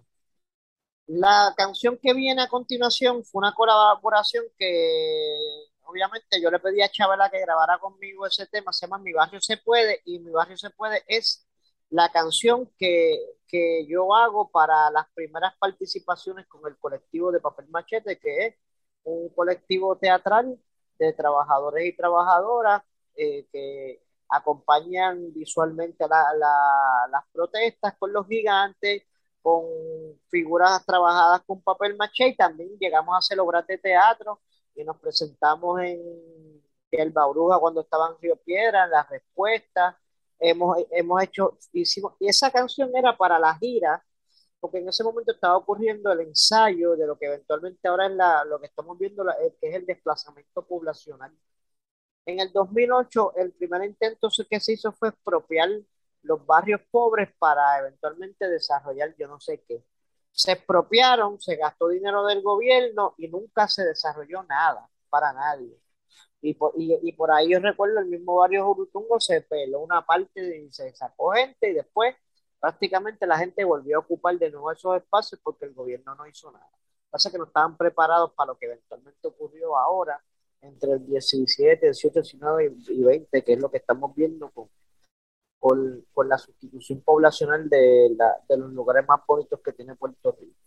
La canción que viene a continuación fue una colaboración que obviamente yo le pedí a Chabela que grabara conmigo ese tema, se llama Mi Barrio Se Puede, y Mi Barrio Se Puede es la canción que, que yo hago para las primeras participaciones con el colectivo de Papel Machete, que es un colectivo teatral de trabajadores y trabajadoras eh, que acompañan visualmente la- la- las protestas con los gigantes, con figuras trabajadas con papel maché, y también llegamos a hacer obras de teatro y nos presentamos en El Bauruja cuando estaba en Río Piedra, en La Respuesta. Hemos, hemos hecho, hicimos, y esa canción era para la gira, porque en ese momento estaba ocurriendo el ensayo de lo que eventualmente ahora es la, lo que estamos viendo, la- eh, que es el desplazamiento poblacional. En el dos mil ocho, el primer intento que se hizo fue expropiar los barrios pobres para eventualmente desarrollar yo no sé qué. Se expropiaron, se gastó dinero del gobierno y nunca se desarrolló nada para nadie. Y por, y, y por ahí yo recuerdo el mismo barrio Jurutungo se peló una parte y se sacó gente y después prácticamente la gente volvió a ocupar de nuevo esos espacios porque el gobierno no hizo nada. Pasa que no estaban preparados para lo que eventualmente ocurrió ahora entre el diecisiete, dieciocho, diecinueve y veinte, que es lo que estamos viendo con, con, con la sustitución poblacional de, la, de los lugares más bonitos que tiene Puerto Rico.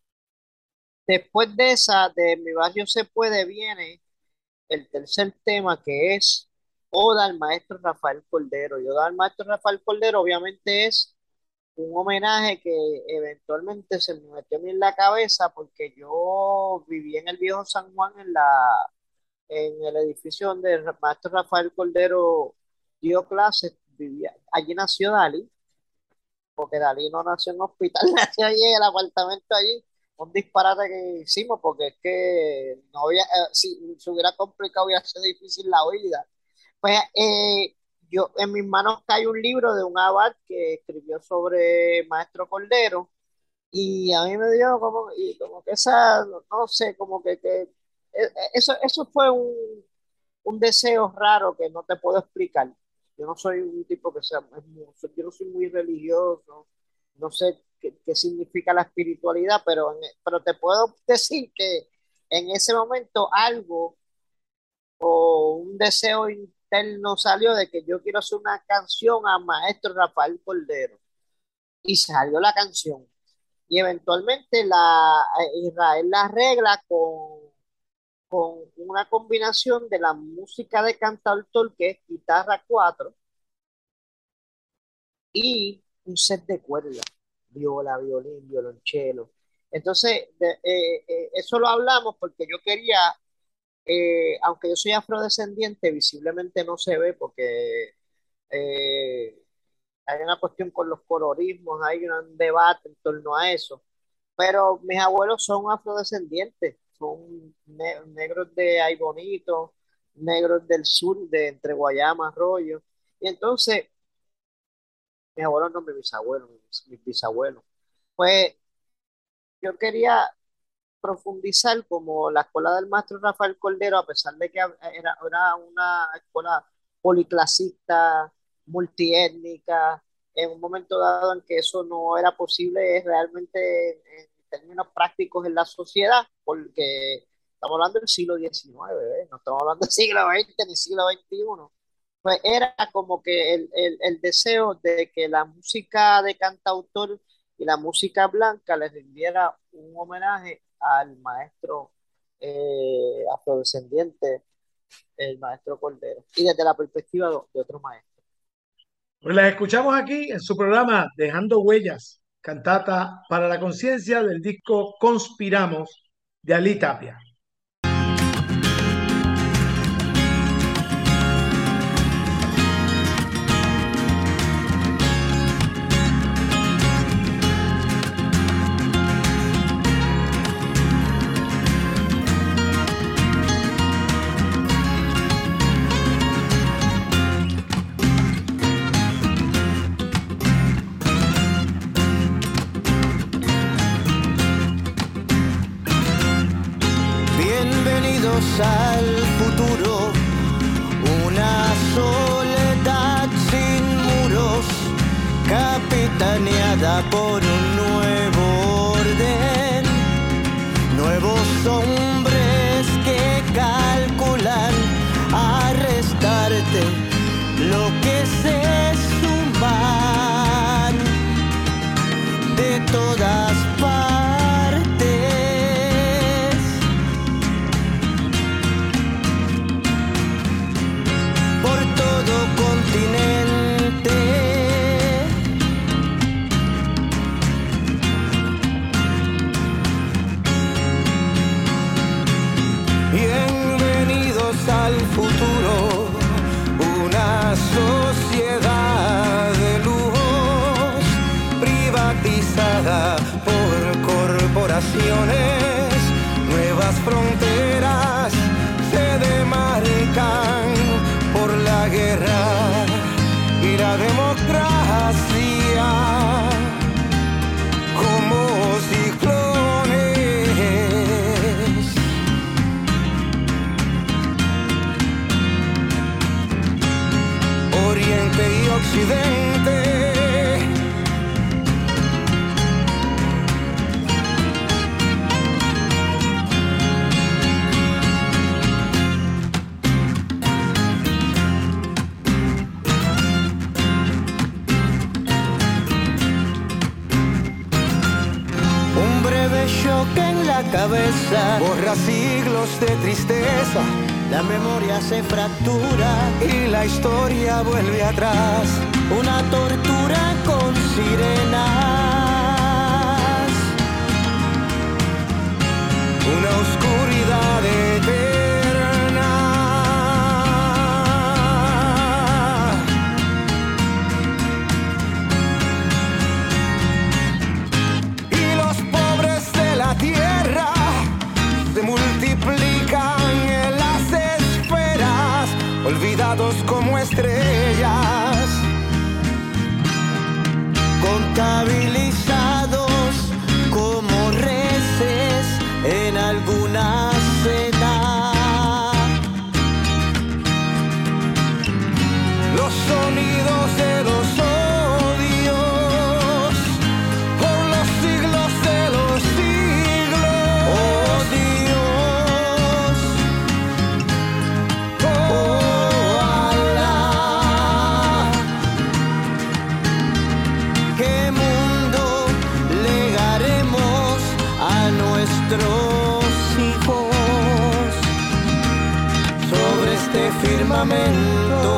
Después de esa, de Mi Barrio Se Puede, viene el tercer tema, que es Oda al maestro Rafael Cordero. Y Oda al maestro Rafael Cordero obviamente es un homenaje que eventualmente se me metió a mí en la cabeza porque yo viví en el viejo San Juan, en la, en el edificio donde el maestro Rafael Cordero dio clases. Vivía, allí nació Dalí, porque Dalí no nació en un hospital, nació allí en el apartamento allí. Un disparate que hicimos porque es que no había, eh, si se hubiera complicado hubiera sido difícil la vida. Pues eh, yo, en mis manos cae un libro de un abad que escribió sobre Maestro Cordero, y a mí me dio como, y como que esa, no, no sé, como que, que eh, eh, eso, eso fue un, un deseo raro que no te puedo explicar. Yo no soy un tipo que sea, es muy- yo no soy muy religioso, no sé qué, qué significa la espiritualidad, pero, en- pero te puedo decir que en ese momento algo o un deseo interno salió de que yo quiero hacer una canción a Maestro Rafael Cordero, y salió la canción. Y eventualmente la, eh, Israel la arregla con, con una combinación de la música de cantautor, que es guitarra cuatro, y un set de cuerdas, viola, violín, violonchelo. Entonces, de- eh, eh, eso lo hablamos porque yo quería, eh, aunque yo soy afrodescendiente, visiblemente no se ve porque eh, hay una cuestión con los colorismos, hay un debate en torno a eso, pero mis abuelos son afrodescendientes, son ne- negros de Ay Bonito, negros del sur, de entre Guayama, Arroyo, y entonces, mis abuelos no, mis bisabuelos, mis, mis bisabuelos, pues yo quería profundizar como la escuela del maestro Rafael Cordero, a pesar de que era, era una escuela policlasista, multiétnica, en un momento dado en que eso no era posible realmente en, en términos prácticos en la sociedad, porque estamos hablando del siglo diecinueve, ¿eh? No estamos hablando del siglo veinte ni siglo veintiuno. Pues era como que el, el, el deseo de que la música de cantautor y la música blanca le rindiera un homenaje al maestro eh, afrodescendiente, el maestro Cordero, y desde la perspectiva de, de otro maestro. Pues las escuchamos aquí en su programa Dejando Huellas, cantata para la conciencia del disco Conspiramos de Ali Tapia. Bienvenidos al futuro, una soledad sin muros, capitaneada por un nuevo orden, nuevos hombres que calculan arrestarte lo que se suman de todas partes. Por democracia, como ciclones. Oriente y Occidente, choque en la cabeza, borra siglos de tristeza, la memoria se fractura y la historia vuelve atrás. Una tortura con sirenas, una oscuridad eterna. Y los pobres de la tierra se multiplican en las esferas, olvidados como estrellas, contabilizados como reces en alguna cena. Los sonidos de los odios por los siglos de los siglos. Oh Dios, oh Allah, ¿qué mundo legaremos a nuestros hijos sobre este firmamento?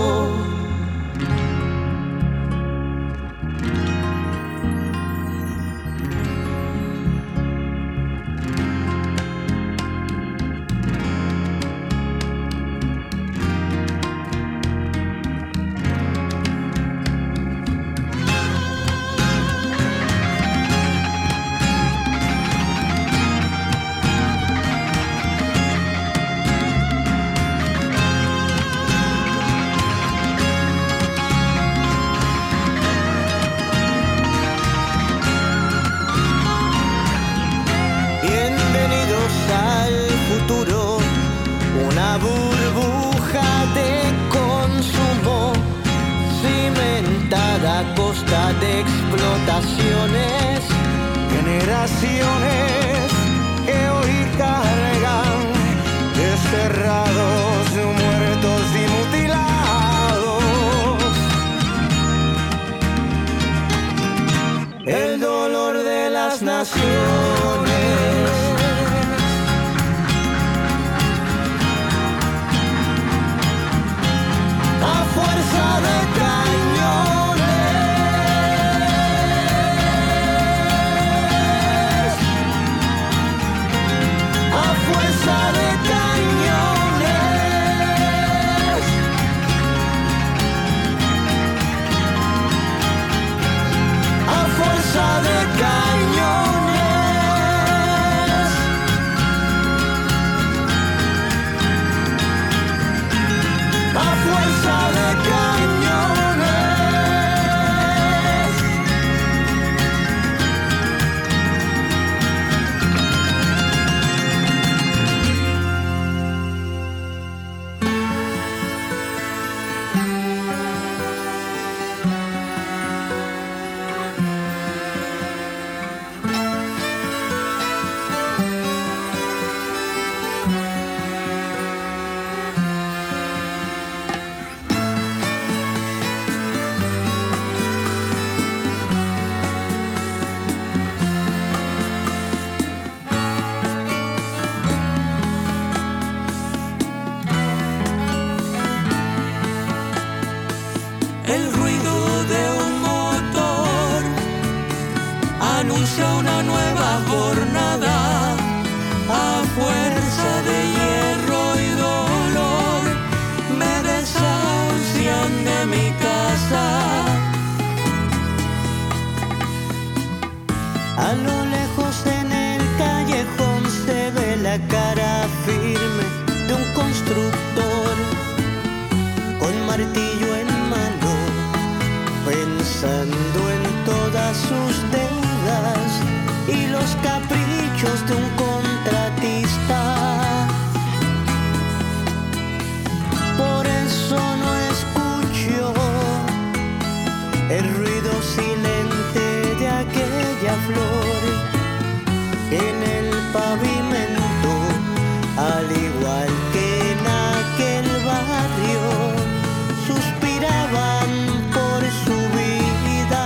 Bienvenidos al futuro, una burbuja de consumo cimentada a costa de explotaciones. Generaciones que hoy cargan desterrados, muertos y mutilados. El dolor de las naciones. A fuerza de cañones, a fuerza de cañones, a fuerza de cañones. pensando en todas sus deudas y los caprichos de un contratista. Por eso no escucho el ruido silente de aquella flor en el pavimento, al igual que en aquel barrio suspiraban por su vida.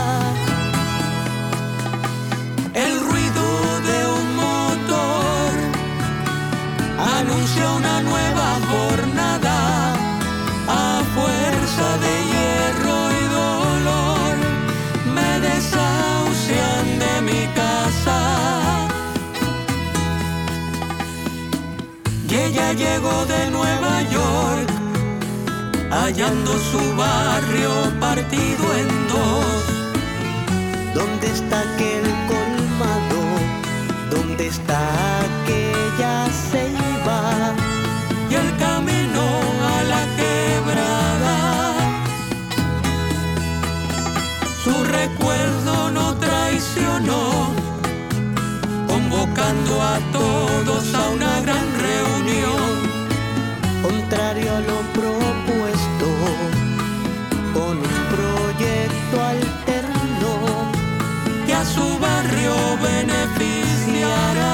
El ruido de un motor anuncia una nueva jornada. A fuerza de hierro y dolor me desahucian de mi casa. Y ella llegó de Nueva York, hallando su barrio partido en dos. ¿Dónde está aquel colmado? ¿Dónde está aquella ceiba? Y el camino a la quebrada. Su recuerdo no traicionó, convocando a todos a una gran reunión, contrario a lo propuesto, con un proyecto alterno que a su barrio beneficiará.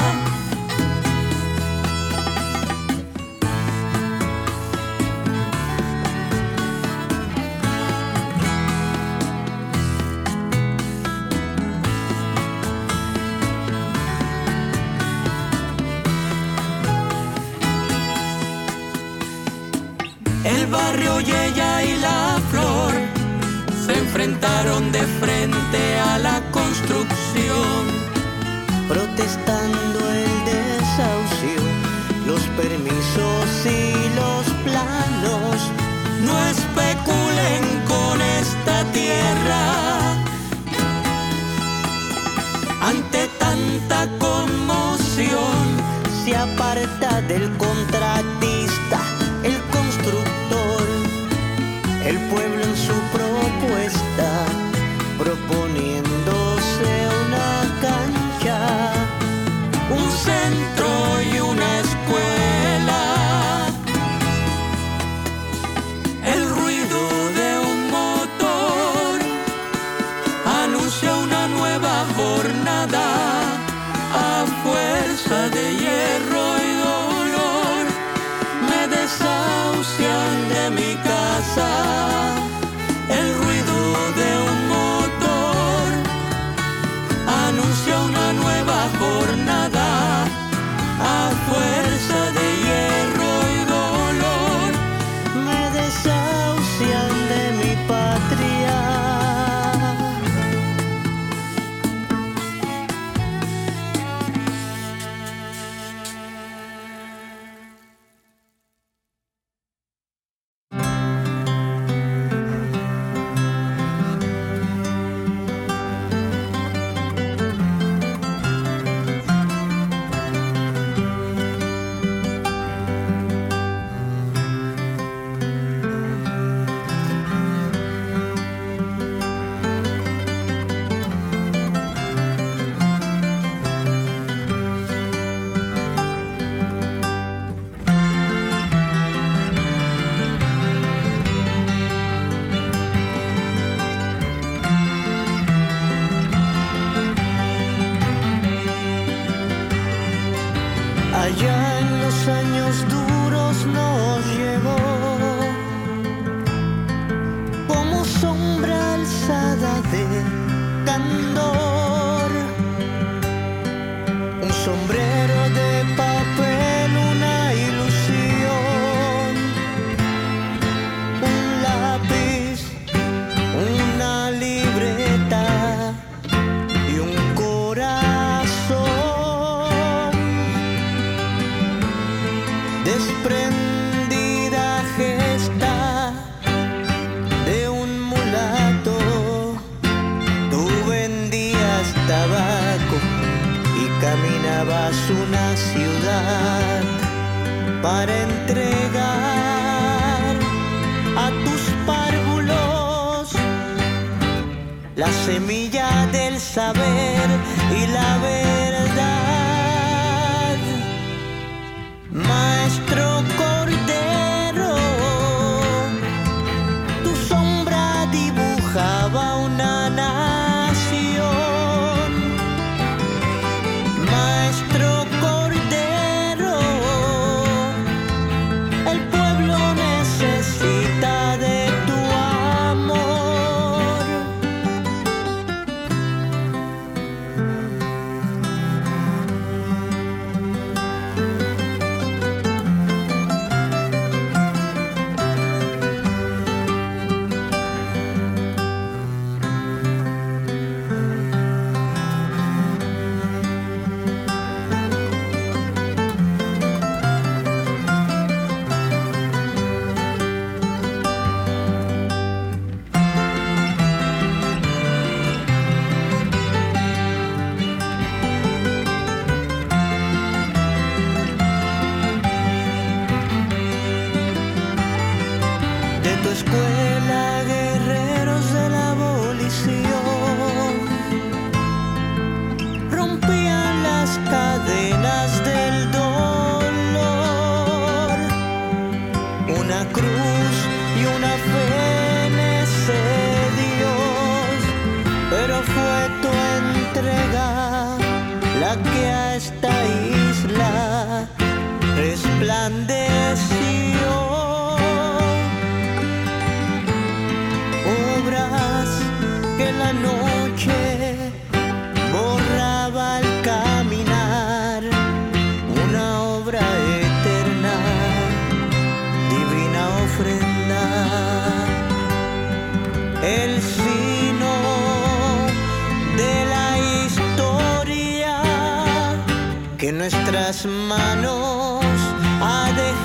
El barrio y ella y la flor se enfrentaron de frente a la construcción, protestando el desahucio, los permisos y los planos. No especulen con esta tierra. Ante tanta conmoción se aparta del contratista el constructor, el pueblo en su propuesta, proponiéndose una cancha, un centro y una escuela. El ruido de un motor anuncia una nueva jornada. A fuerza de hierro y dolor me desahucian de mi casa. El ruido de un motor anuncia una nueva jornada. A fuerza de hierro y dolor me desahucian de mi patria. Allá en los años duros nos llegó como sombra alzada de candor, un sombrero de papel, una ilusión, un lápiz, una libreta y un corazón. Desprendida gesta de un mulato, tú vendías tabaco y caminabas una ciudad para entregar a tus párvulos la semilla del saber y la verdad. Maestro Cordero, tu sombra dibujaba una nación. Maestro Cordero, el pueblo necesita de tu amor. De tu escuela, guerreros de la abolición, rompían las cadenas del dolor. Una cruz y una fe en ese Dios, pero fue tu entrega la que a esta isla resplandeció. Obras que la noche borraba al caminar, una obra eterna, divina ofrenda, el sino de la historia que en nuestras manos ha de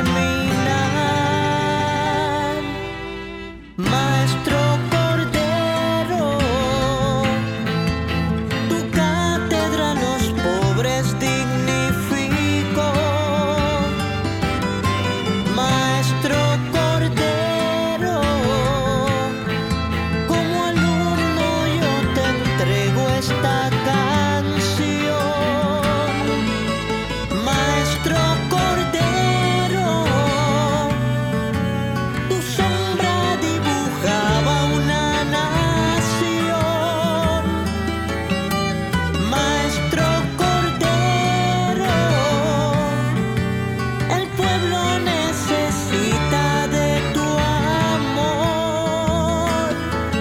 germinar. Maestro Cordero, tu cátedra a los pobres dignificó. Maestro Cordero, como alumno yo te entrego esta canción. Maestro Cordero, tu sombra dibujaba una nación. Maestro Cordero, el pueblo necesita de tu amor.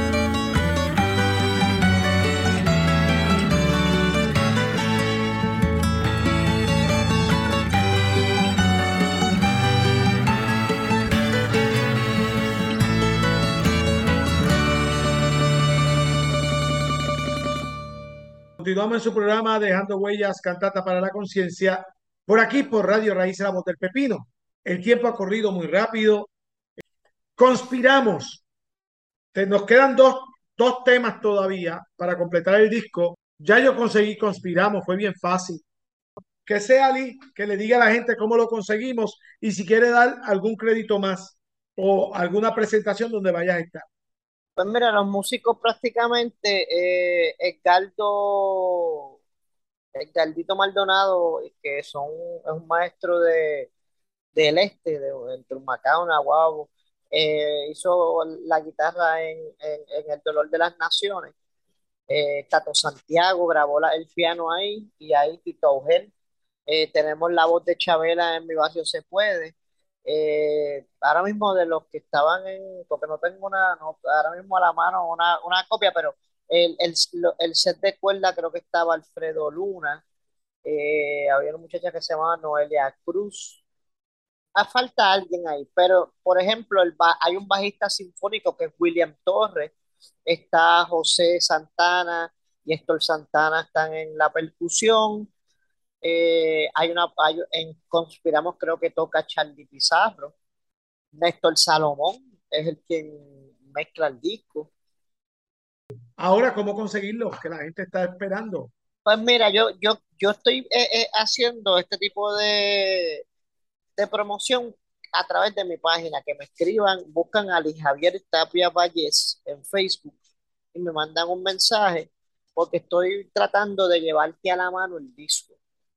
Continuamos en su programa Dejando Huellas, Cantata para la Conciencia, por aquí por Radio Raíces, la voz del pepino. El tiempo ha corrido muy rápido. Conspiramos. Te- nos quedan dos, dos temas todavía para completar el disco. Ya yo conseguí Conspiramos, fue bien fácil. Que sea Ali, que le diga a la gente cómo lo conseguimos y si quiere dar algún crédito más o alguna presentación donde vaya a estar. Pues mira, los músicos prácticamente, eh, Edgardo, Edgardito Maldonado, que son, es un maestro de, del este, de, entre Humacao, Nahuabo, eh, hizo la guitarra en, en, en El Dolor de las Naciones. Eh, Tato Santiago grabó la- el piano ahí y ahí Tito Augel. Eh, tenemos la voz de Chabela en Mi Barrio Se Puede. Eh, ahora mismo de los que estaban en, porque no tengo una, no, ahora mismo a la mano una, una copia, pero el, el, lo- el set de cuerda creo que estaba Alfredo Luna. Eh, había una muchacha que se llamaba Noelia Cruz. Ah, falta alguien ahí, pero por ejemplo, el ba- hay un bajista sinfónico que es William Torres, está José Santana y Héctor Santana están en la percusión. Eh, hay una, hay- en Conspiramos creo que toca Charlie Pizarro. Néstor Salomón es el quien mezcla el disco. Ahora, ¿cómo conseguirlo? Que la gente está esperando. Pues mira, yo, yo, yo estoy eh, eh, haciendo este tipo de, de promoción a través de mi página, que me escriban, buscan a Luis Javier Tapia Valles en Facebook y me mandan un mensaje porque estoy tratando de llevarte a la mano el disco.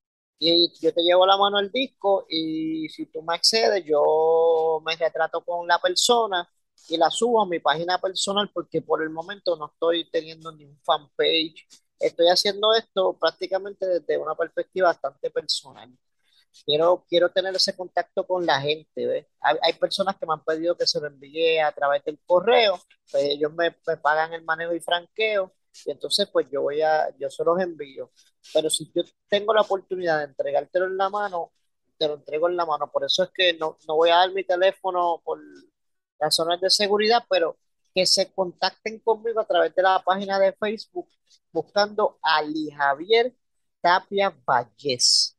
Y yo te llevo la mano al disco y si tú me accedes, yo me retrato con la persona y la subo a mi página personal porque por el momento no estoy teniendo ni un fanpage. Estoy haciendo esto prácticamente desde una perspectiva bastante personal. Quiero, quiero tener ese contacto con la gente, ¿ves? Hay, hay personas que me han pedido que se lo envíe a través del correo, pues ellos me, me pagan el manejo y franqueo, y entonces pues yo voy a, yo se los envío. Pero si yo tengo la oportunidad de entregártelo en la mano, te lo entrego en la mano. Por eso es que no, no voy a dar mi teléfono por razones de seguridad, pero que se contacten conmigo a través de la página de Facebook buscando a Ali Javier Tapia Vallés.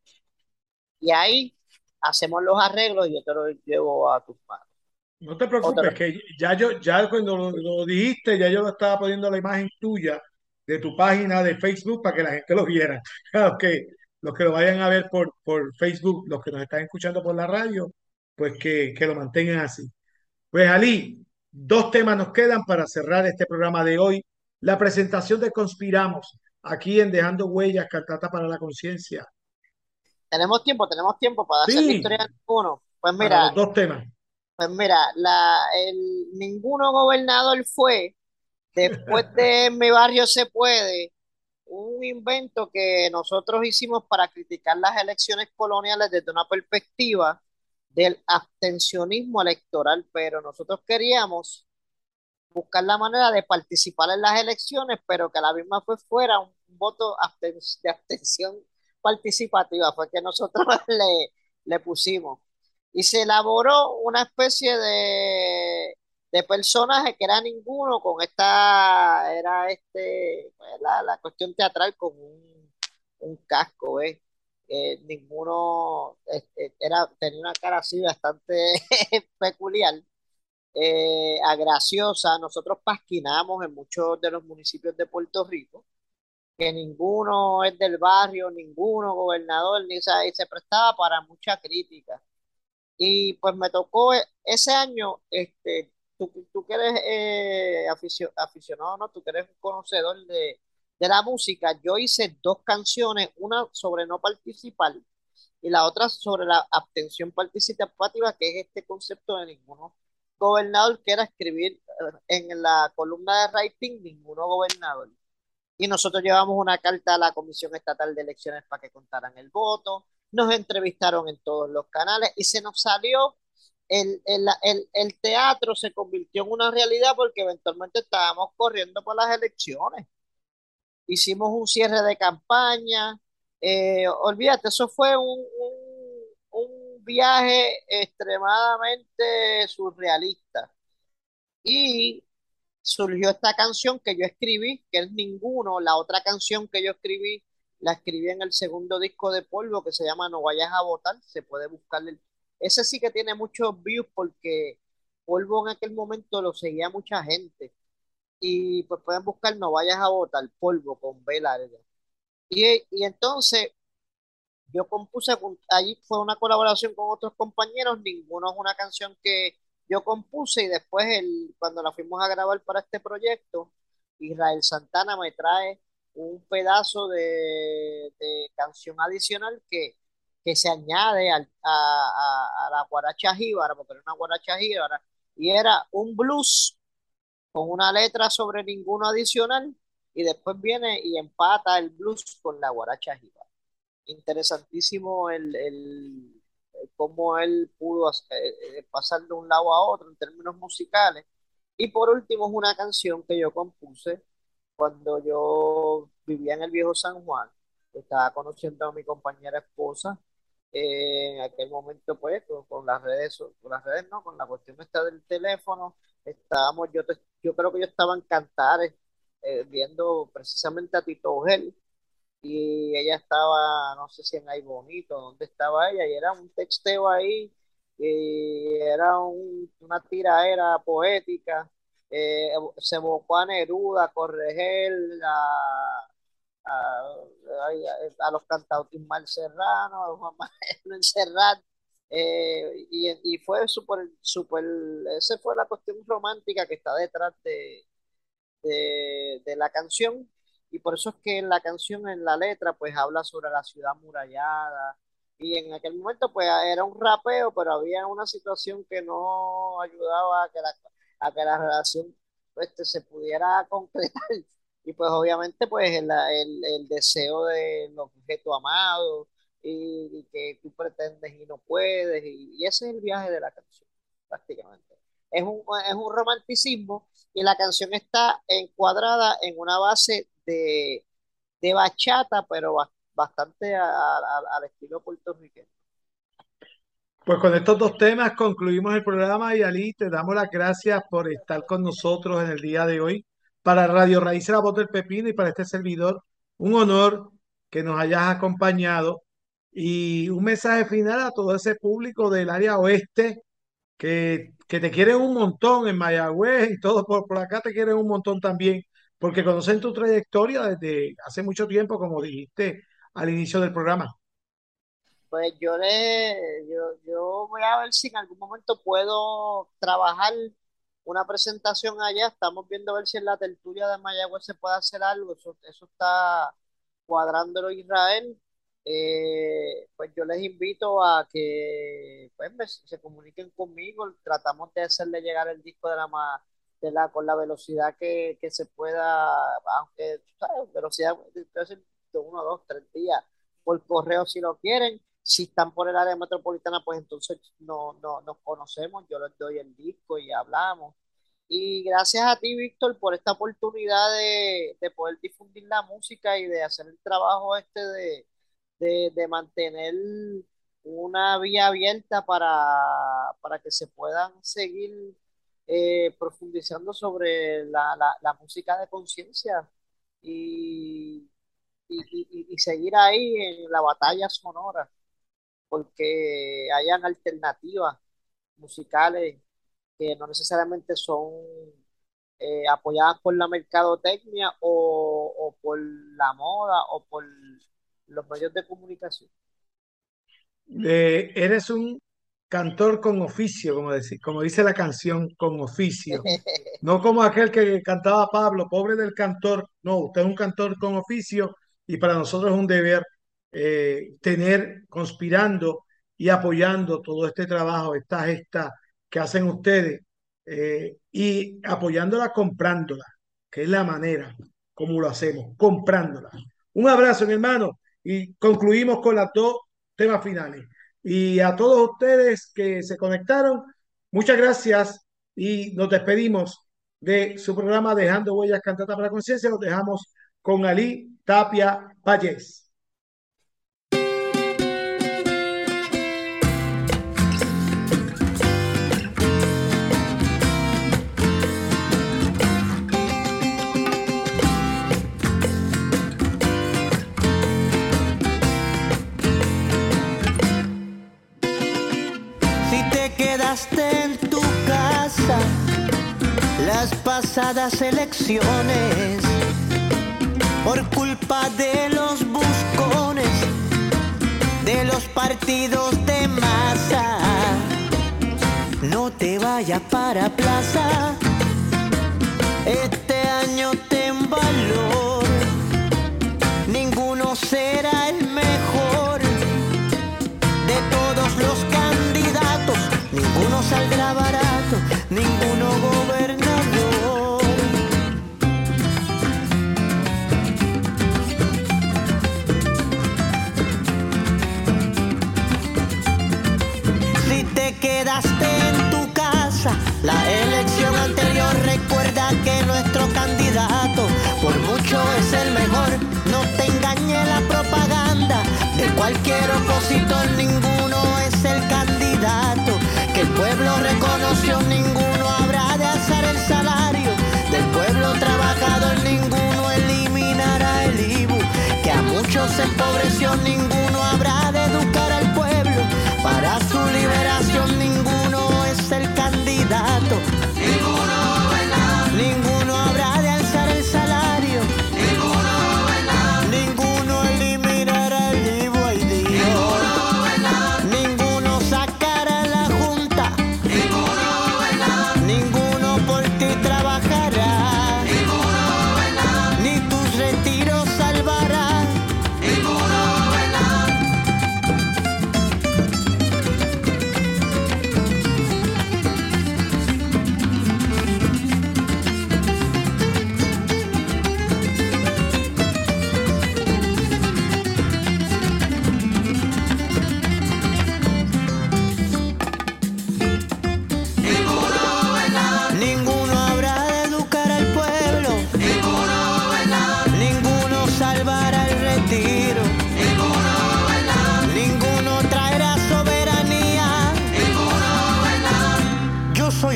Y ahí hacemos los arreglos y yo te los llevo a tus manos. No te Otra, preocupes, que ya yo, ya cuando lo, lo dijiste, ya yo lo estaba poniendo la imagen tuya de tu página de Facebook para que la gente lo viera. Claro que los que lo vayan a ver por, por Facebook, los que nos están escuchando por la radio, pues que, que lo mantengan así. Pues Ali, dos temas nos quedan para cerrar este programa de hoy. La presentación de Conspiramos, aquí en Dejando Huellas, Cantata para la Conciencia. tenemos tiempo, tenemos tiempo para hacer la historia Sí, de ninguno. Pues para mira, los dos temas. pues mira, la, el, ninguno gobernador fue, después de Mi Barrio Se Puede, un invento que nosotros hicimos para criticar las elecciones coloniales desde una perspectiva del abstencionismo electoral, pero nosotros queríamos buscar la manera de participar en las elecciones, pero que a la misma vez fuera un voto absten de abstención participativa, fue que nosotros le, le pusimos. Y se elaboró una especie de, de personaje que era ninguno con esta, era este, pues, la, la cuestión teatral con un, un casco, ¿ves? Eh, ninguno este, era, tenía una cara así bastante peculiar, eh, a graciosa. Nosotros pasquinamos en muchos de los municipios de Puerto Rico, que ninguno es del barrio, ninguno gobernador, ni sa- y se prestaba para mucha crítica. Y pues me tocó eh, ese año, este, tú, tú que eres eh, aficio- aficionado, ¿no? Tú que eres un conocedor de, de la música, yo hice dos canciones, una sobre no participar y la otra sobre la abstención participativa, que es este concepto de ninguno gobernador, que era escribir eh, en la columna de writing ninguno gobernador. Y nosotros llevamos una carta a la Comisión Estatal de Elecciones para que contaran el voto, nos entrevistaron en todos los canales y se nos salió, el, el, el, el teatro se convirtió en una realidad porque eventualmente estábamos corriendo por las elecciones. Hicimos un cierre de campaña, eh, olvídate, eso fue un, un, un viaje extremadamente surrealista. Y surgió esta canción que yo escribí, que es Ninguno. La otra canción que yo escribí, la escribí en el segundo disco de Polvo, que se llama No Vayas a Votar. Se puede buscar. El... Ese sí que tiene muchos views porque Polvo en aquel momento lo seguía mucha gente. Y pues pueden buscar No Vayas a Votar, Polvo con B larga. Y, y entonces yo compuse, allí fue una colaboración con otros compañeros, ninguno es una canción que yo compuse y después el, cuando la fuimos a grabar para este proyecto, Israel Santana me trae un pedazo de, de canción adicional que, que se añade al- a, a- a la guaracha jíbara, porque era una guaracha jíbara, y era un blues con una letra sobre ninguno adicional, y después viene y empata el blues con la guaracha jíbara. Interesantísimo el, el, el cómo él pudo hacer- eh, eh, pasar de un lado a otro en términos musicales. Y por último es una canción que yo compuse cuando yo vivía en el viejo San Juan. Estaba conociendo a mi compañera esposa. Eh, en aquel momento, pues, con, con las redes, so- con las redes, no, con la cuestión esta del teléfono, estábamos, yo, te- yo creo que yo estaba en Cantares, eh, viendo precisamente a Tito Ugel, y ella estaba, no sé si en Ay Bonito, dónde estaba ella, y era un texteo ahí, y era un- una tiraera poética, eh, se evocó a Neruda, a Corregel, a, a, a- a los cantautos Ismael Serrano, a Juan Manuel Serrat, eh, y, y fue súper, súper, esa fue la cuestión romántica que está detrás de, de, de, de la canción, y por eso es que en la canción, en la letra, pues habla sobre la ciudad amurallada, y en aquel momento pues era un rapeo, pero había una situación que no ayudaba a que la, a que la relación pues, este, se pudiera concretar, y pues obviamente pues el, el, el deseo del objeto amado, y, y que tú pretendes y no puedes, y, y ese es el viaje de la canción, prácticamente. Es un, es un romanticismo y la canción está encuadrada en una base de, de bachata, pero ba- bastante a- a- al estilo puertorriqueño. Pues con estos dos temas concluimos el programa y Ali, te damos las gracias por estar con nosotros en el día de hoy. Para Radio Raíces La Voz del Pepino y para este servidor, un honor que nos hayas acompañado y un mensaje final a todo ese público del área oeste que, que te quieren un montón en Mayagüez y todo por, por acá te quieren un montón también, porque conocen tu trayectoria desde hace mucho tiempo, como dijiste al inicio del programa. Pues yo le, yo, yo voy a ver si en algún momento puedo trabajar una presentación allá. Estamos viendo a ver si en la tertulia de Mayagüez se puede hacer algo. Eso, eso está cuadrándolo Israel. Eh, pues yo les invito a que pues, me- se comuniquen conmigo. Tratamos de hacerle llegar el disco de la, ma- de la con la velocidad que, que se pueda, aunque, ¿sabes? Velocidad de de uno, dos, tres días por correo si lo quieren. Si están por el área metropolitana, pues entonces no, no, nos conocemos, yo les doy el disco y hablamos. Y gracias a ti, Víctor, por esta oportunidad de, de poder difundir la música y de hacer el trabajo este de, de, de mantener una vía abierta para, para que se puedan seguir eh, profundizando sobre la, la, la música de conciencia y, y, y, y seguir ahí en la batalla sonora porque hayan alternativas musicales que no necesariamente son eh, apoyadas por la mercadotecnia o, o por la moda o por los medios de comunicación. Eh, eres un cantor con oficio, como, decir, como dice la canción, con oficio. No como aquel que cantaba Pablo, pobre del cantor. No, usted es un cantor con oficio y para nosotros es un deber eh, tener, conspirando y apoyando todo este trabajo, esta gesta que hacen ustedes eh, y apoyándola comprándola, que es la manera como lo hacemos, comprándola. Un abrazo, mi hermano, y concluimos con las dos temas finales. Y a todos ustedes que se conectaron, muchas gracias y nos despedimos de su programa Dejando Huellas Cantata para la Conciencia. Los dejamos con Ali Tapia Valles. Si te quedaste en tu casa las pasadas elecciones por culpa de los buscones de los partidos de masa, no te vayas para plaza, este año ten valor, ninguno será el mejor de todos los candidatos, ninguno saldrá barato, ninguno gobernador. Si te quedaste en tu casa la elección anterior, recuerda que nuestro candidato por mucho es el mejor. No te engañe la propaganda de cualquier opositor, ninguno es el candidato que el pueblo reconoció, ninguno habrá de alzar el salario del pueblo trabajador, ninguno eliminará el I V U que a muchos empobreció, ninguno habrá de educar al pueblo para su liberación, ninguno es el candidato, ninguno, ninguno habrá de alzar el salario, ninguno, ninguno eliminará el I V U, ay Dios, ninguno sacará la junta, ninguno por ti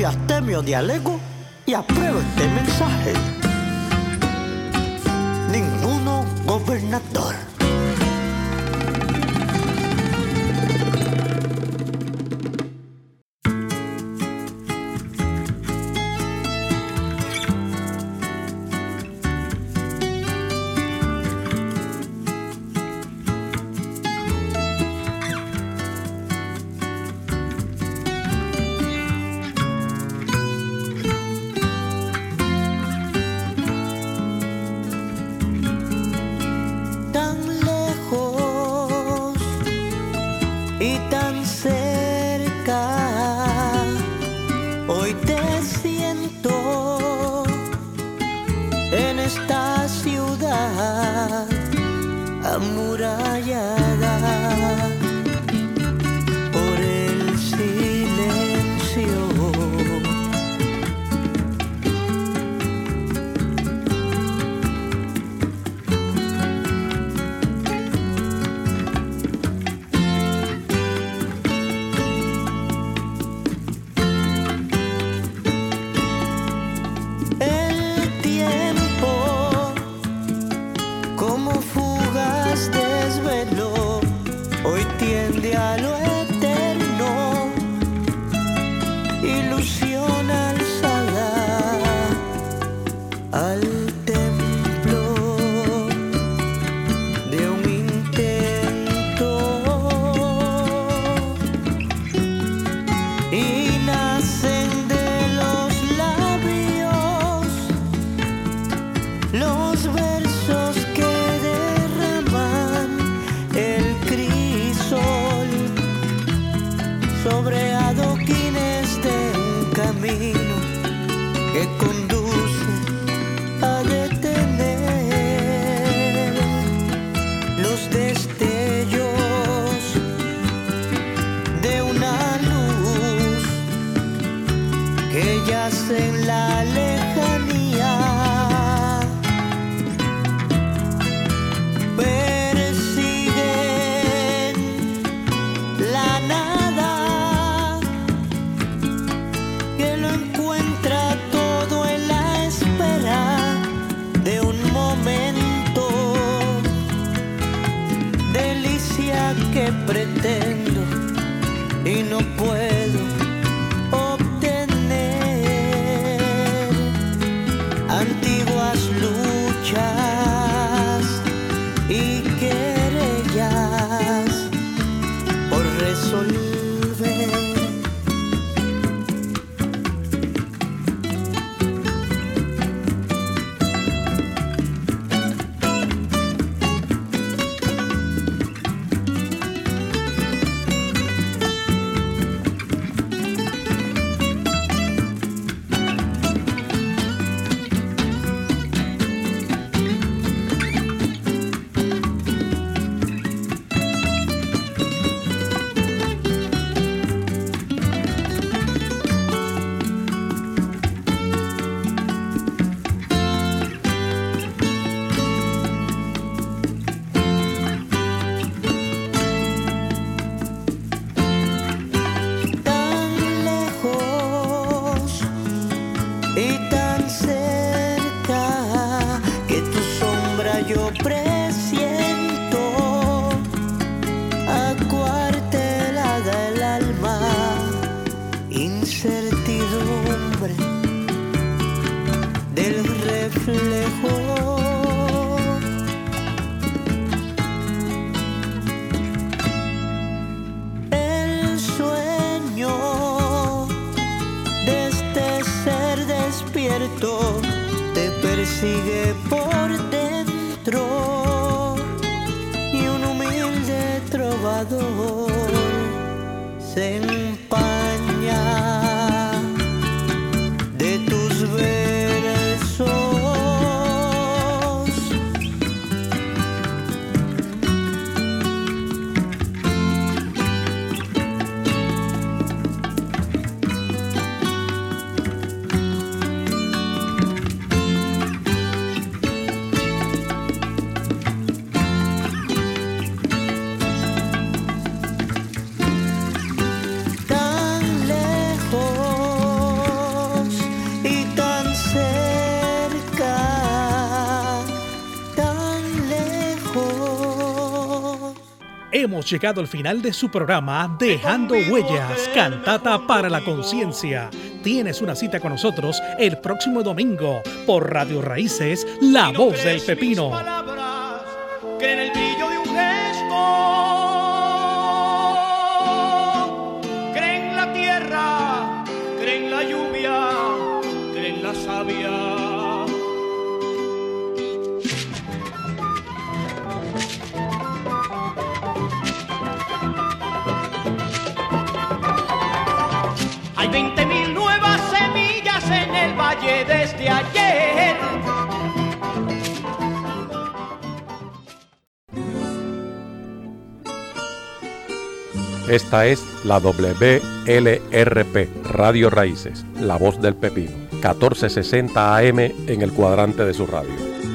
blasfemio diálogo y apruebo este mensaje. Ninguno gobernador. Te persigue por dentro y un humilde trovador se empaña de tus versos. Hemos llegado al final de su programa Dejando Huellas, Cantata para la Conciencia. Tienes una cita con nosotros el próximo domingo por Radio Raíces, La Voz del Pepino. Palabras, que en el brillo de un gesto, creen la tierra, creen la lluvia, creen la savia. Hay veinte mil nuevas semillas en el valle desde ayer. Esta es la W L R P, Radio Raíces, La Voz del Pepino, catorce sesenta A M en el cuadrante de su radio.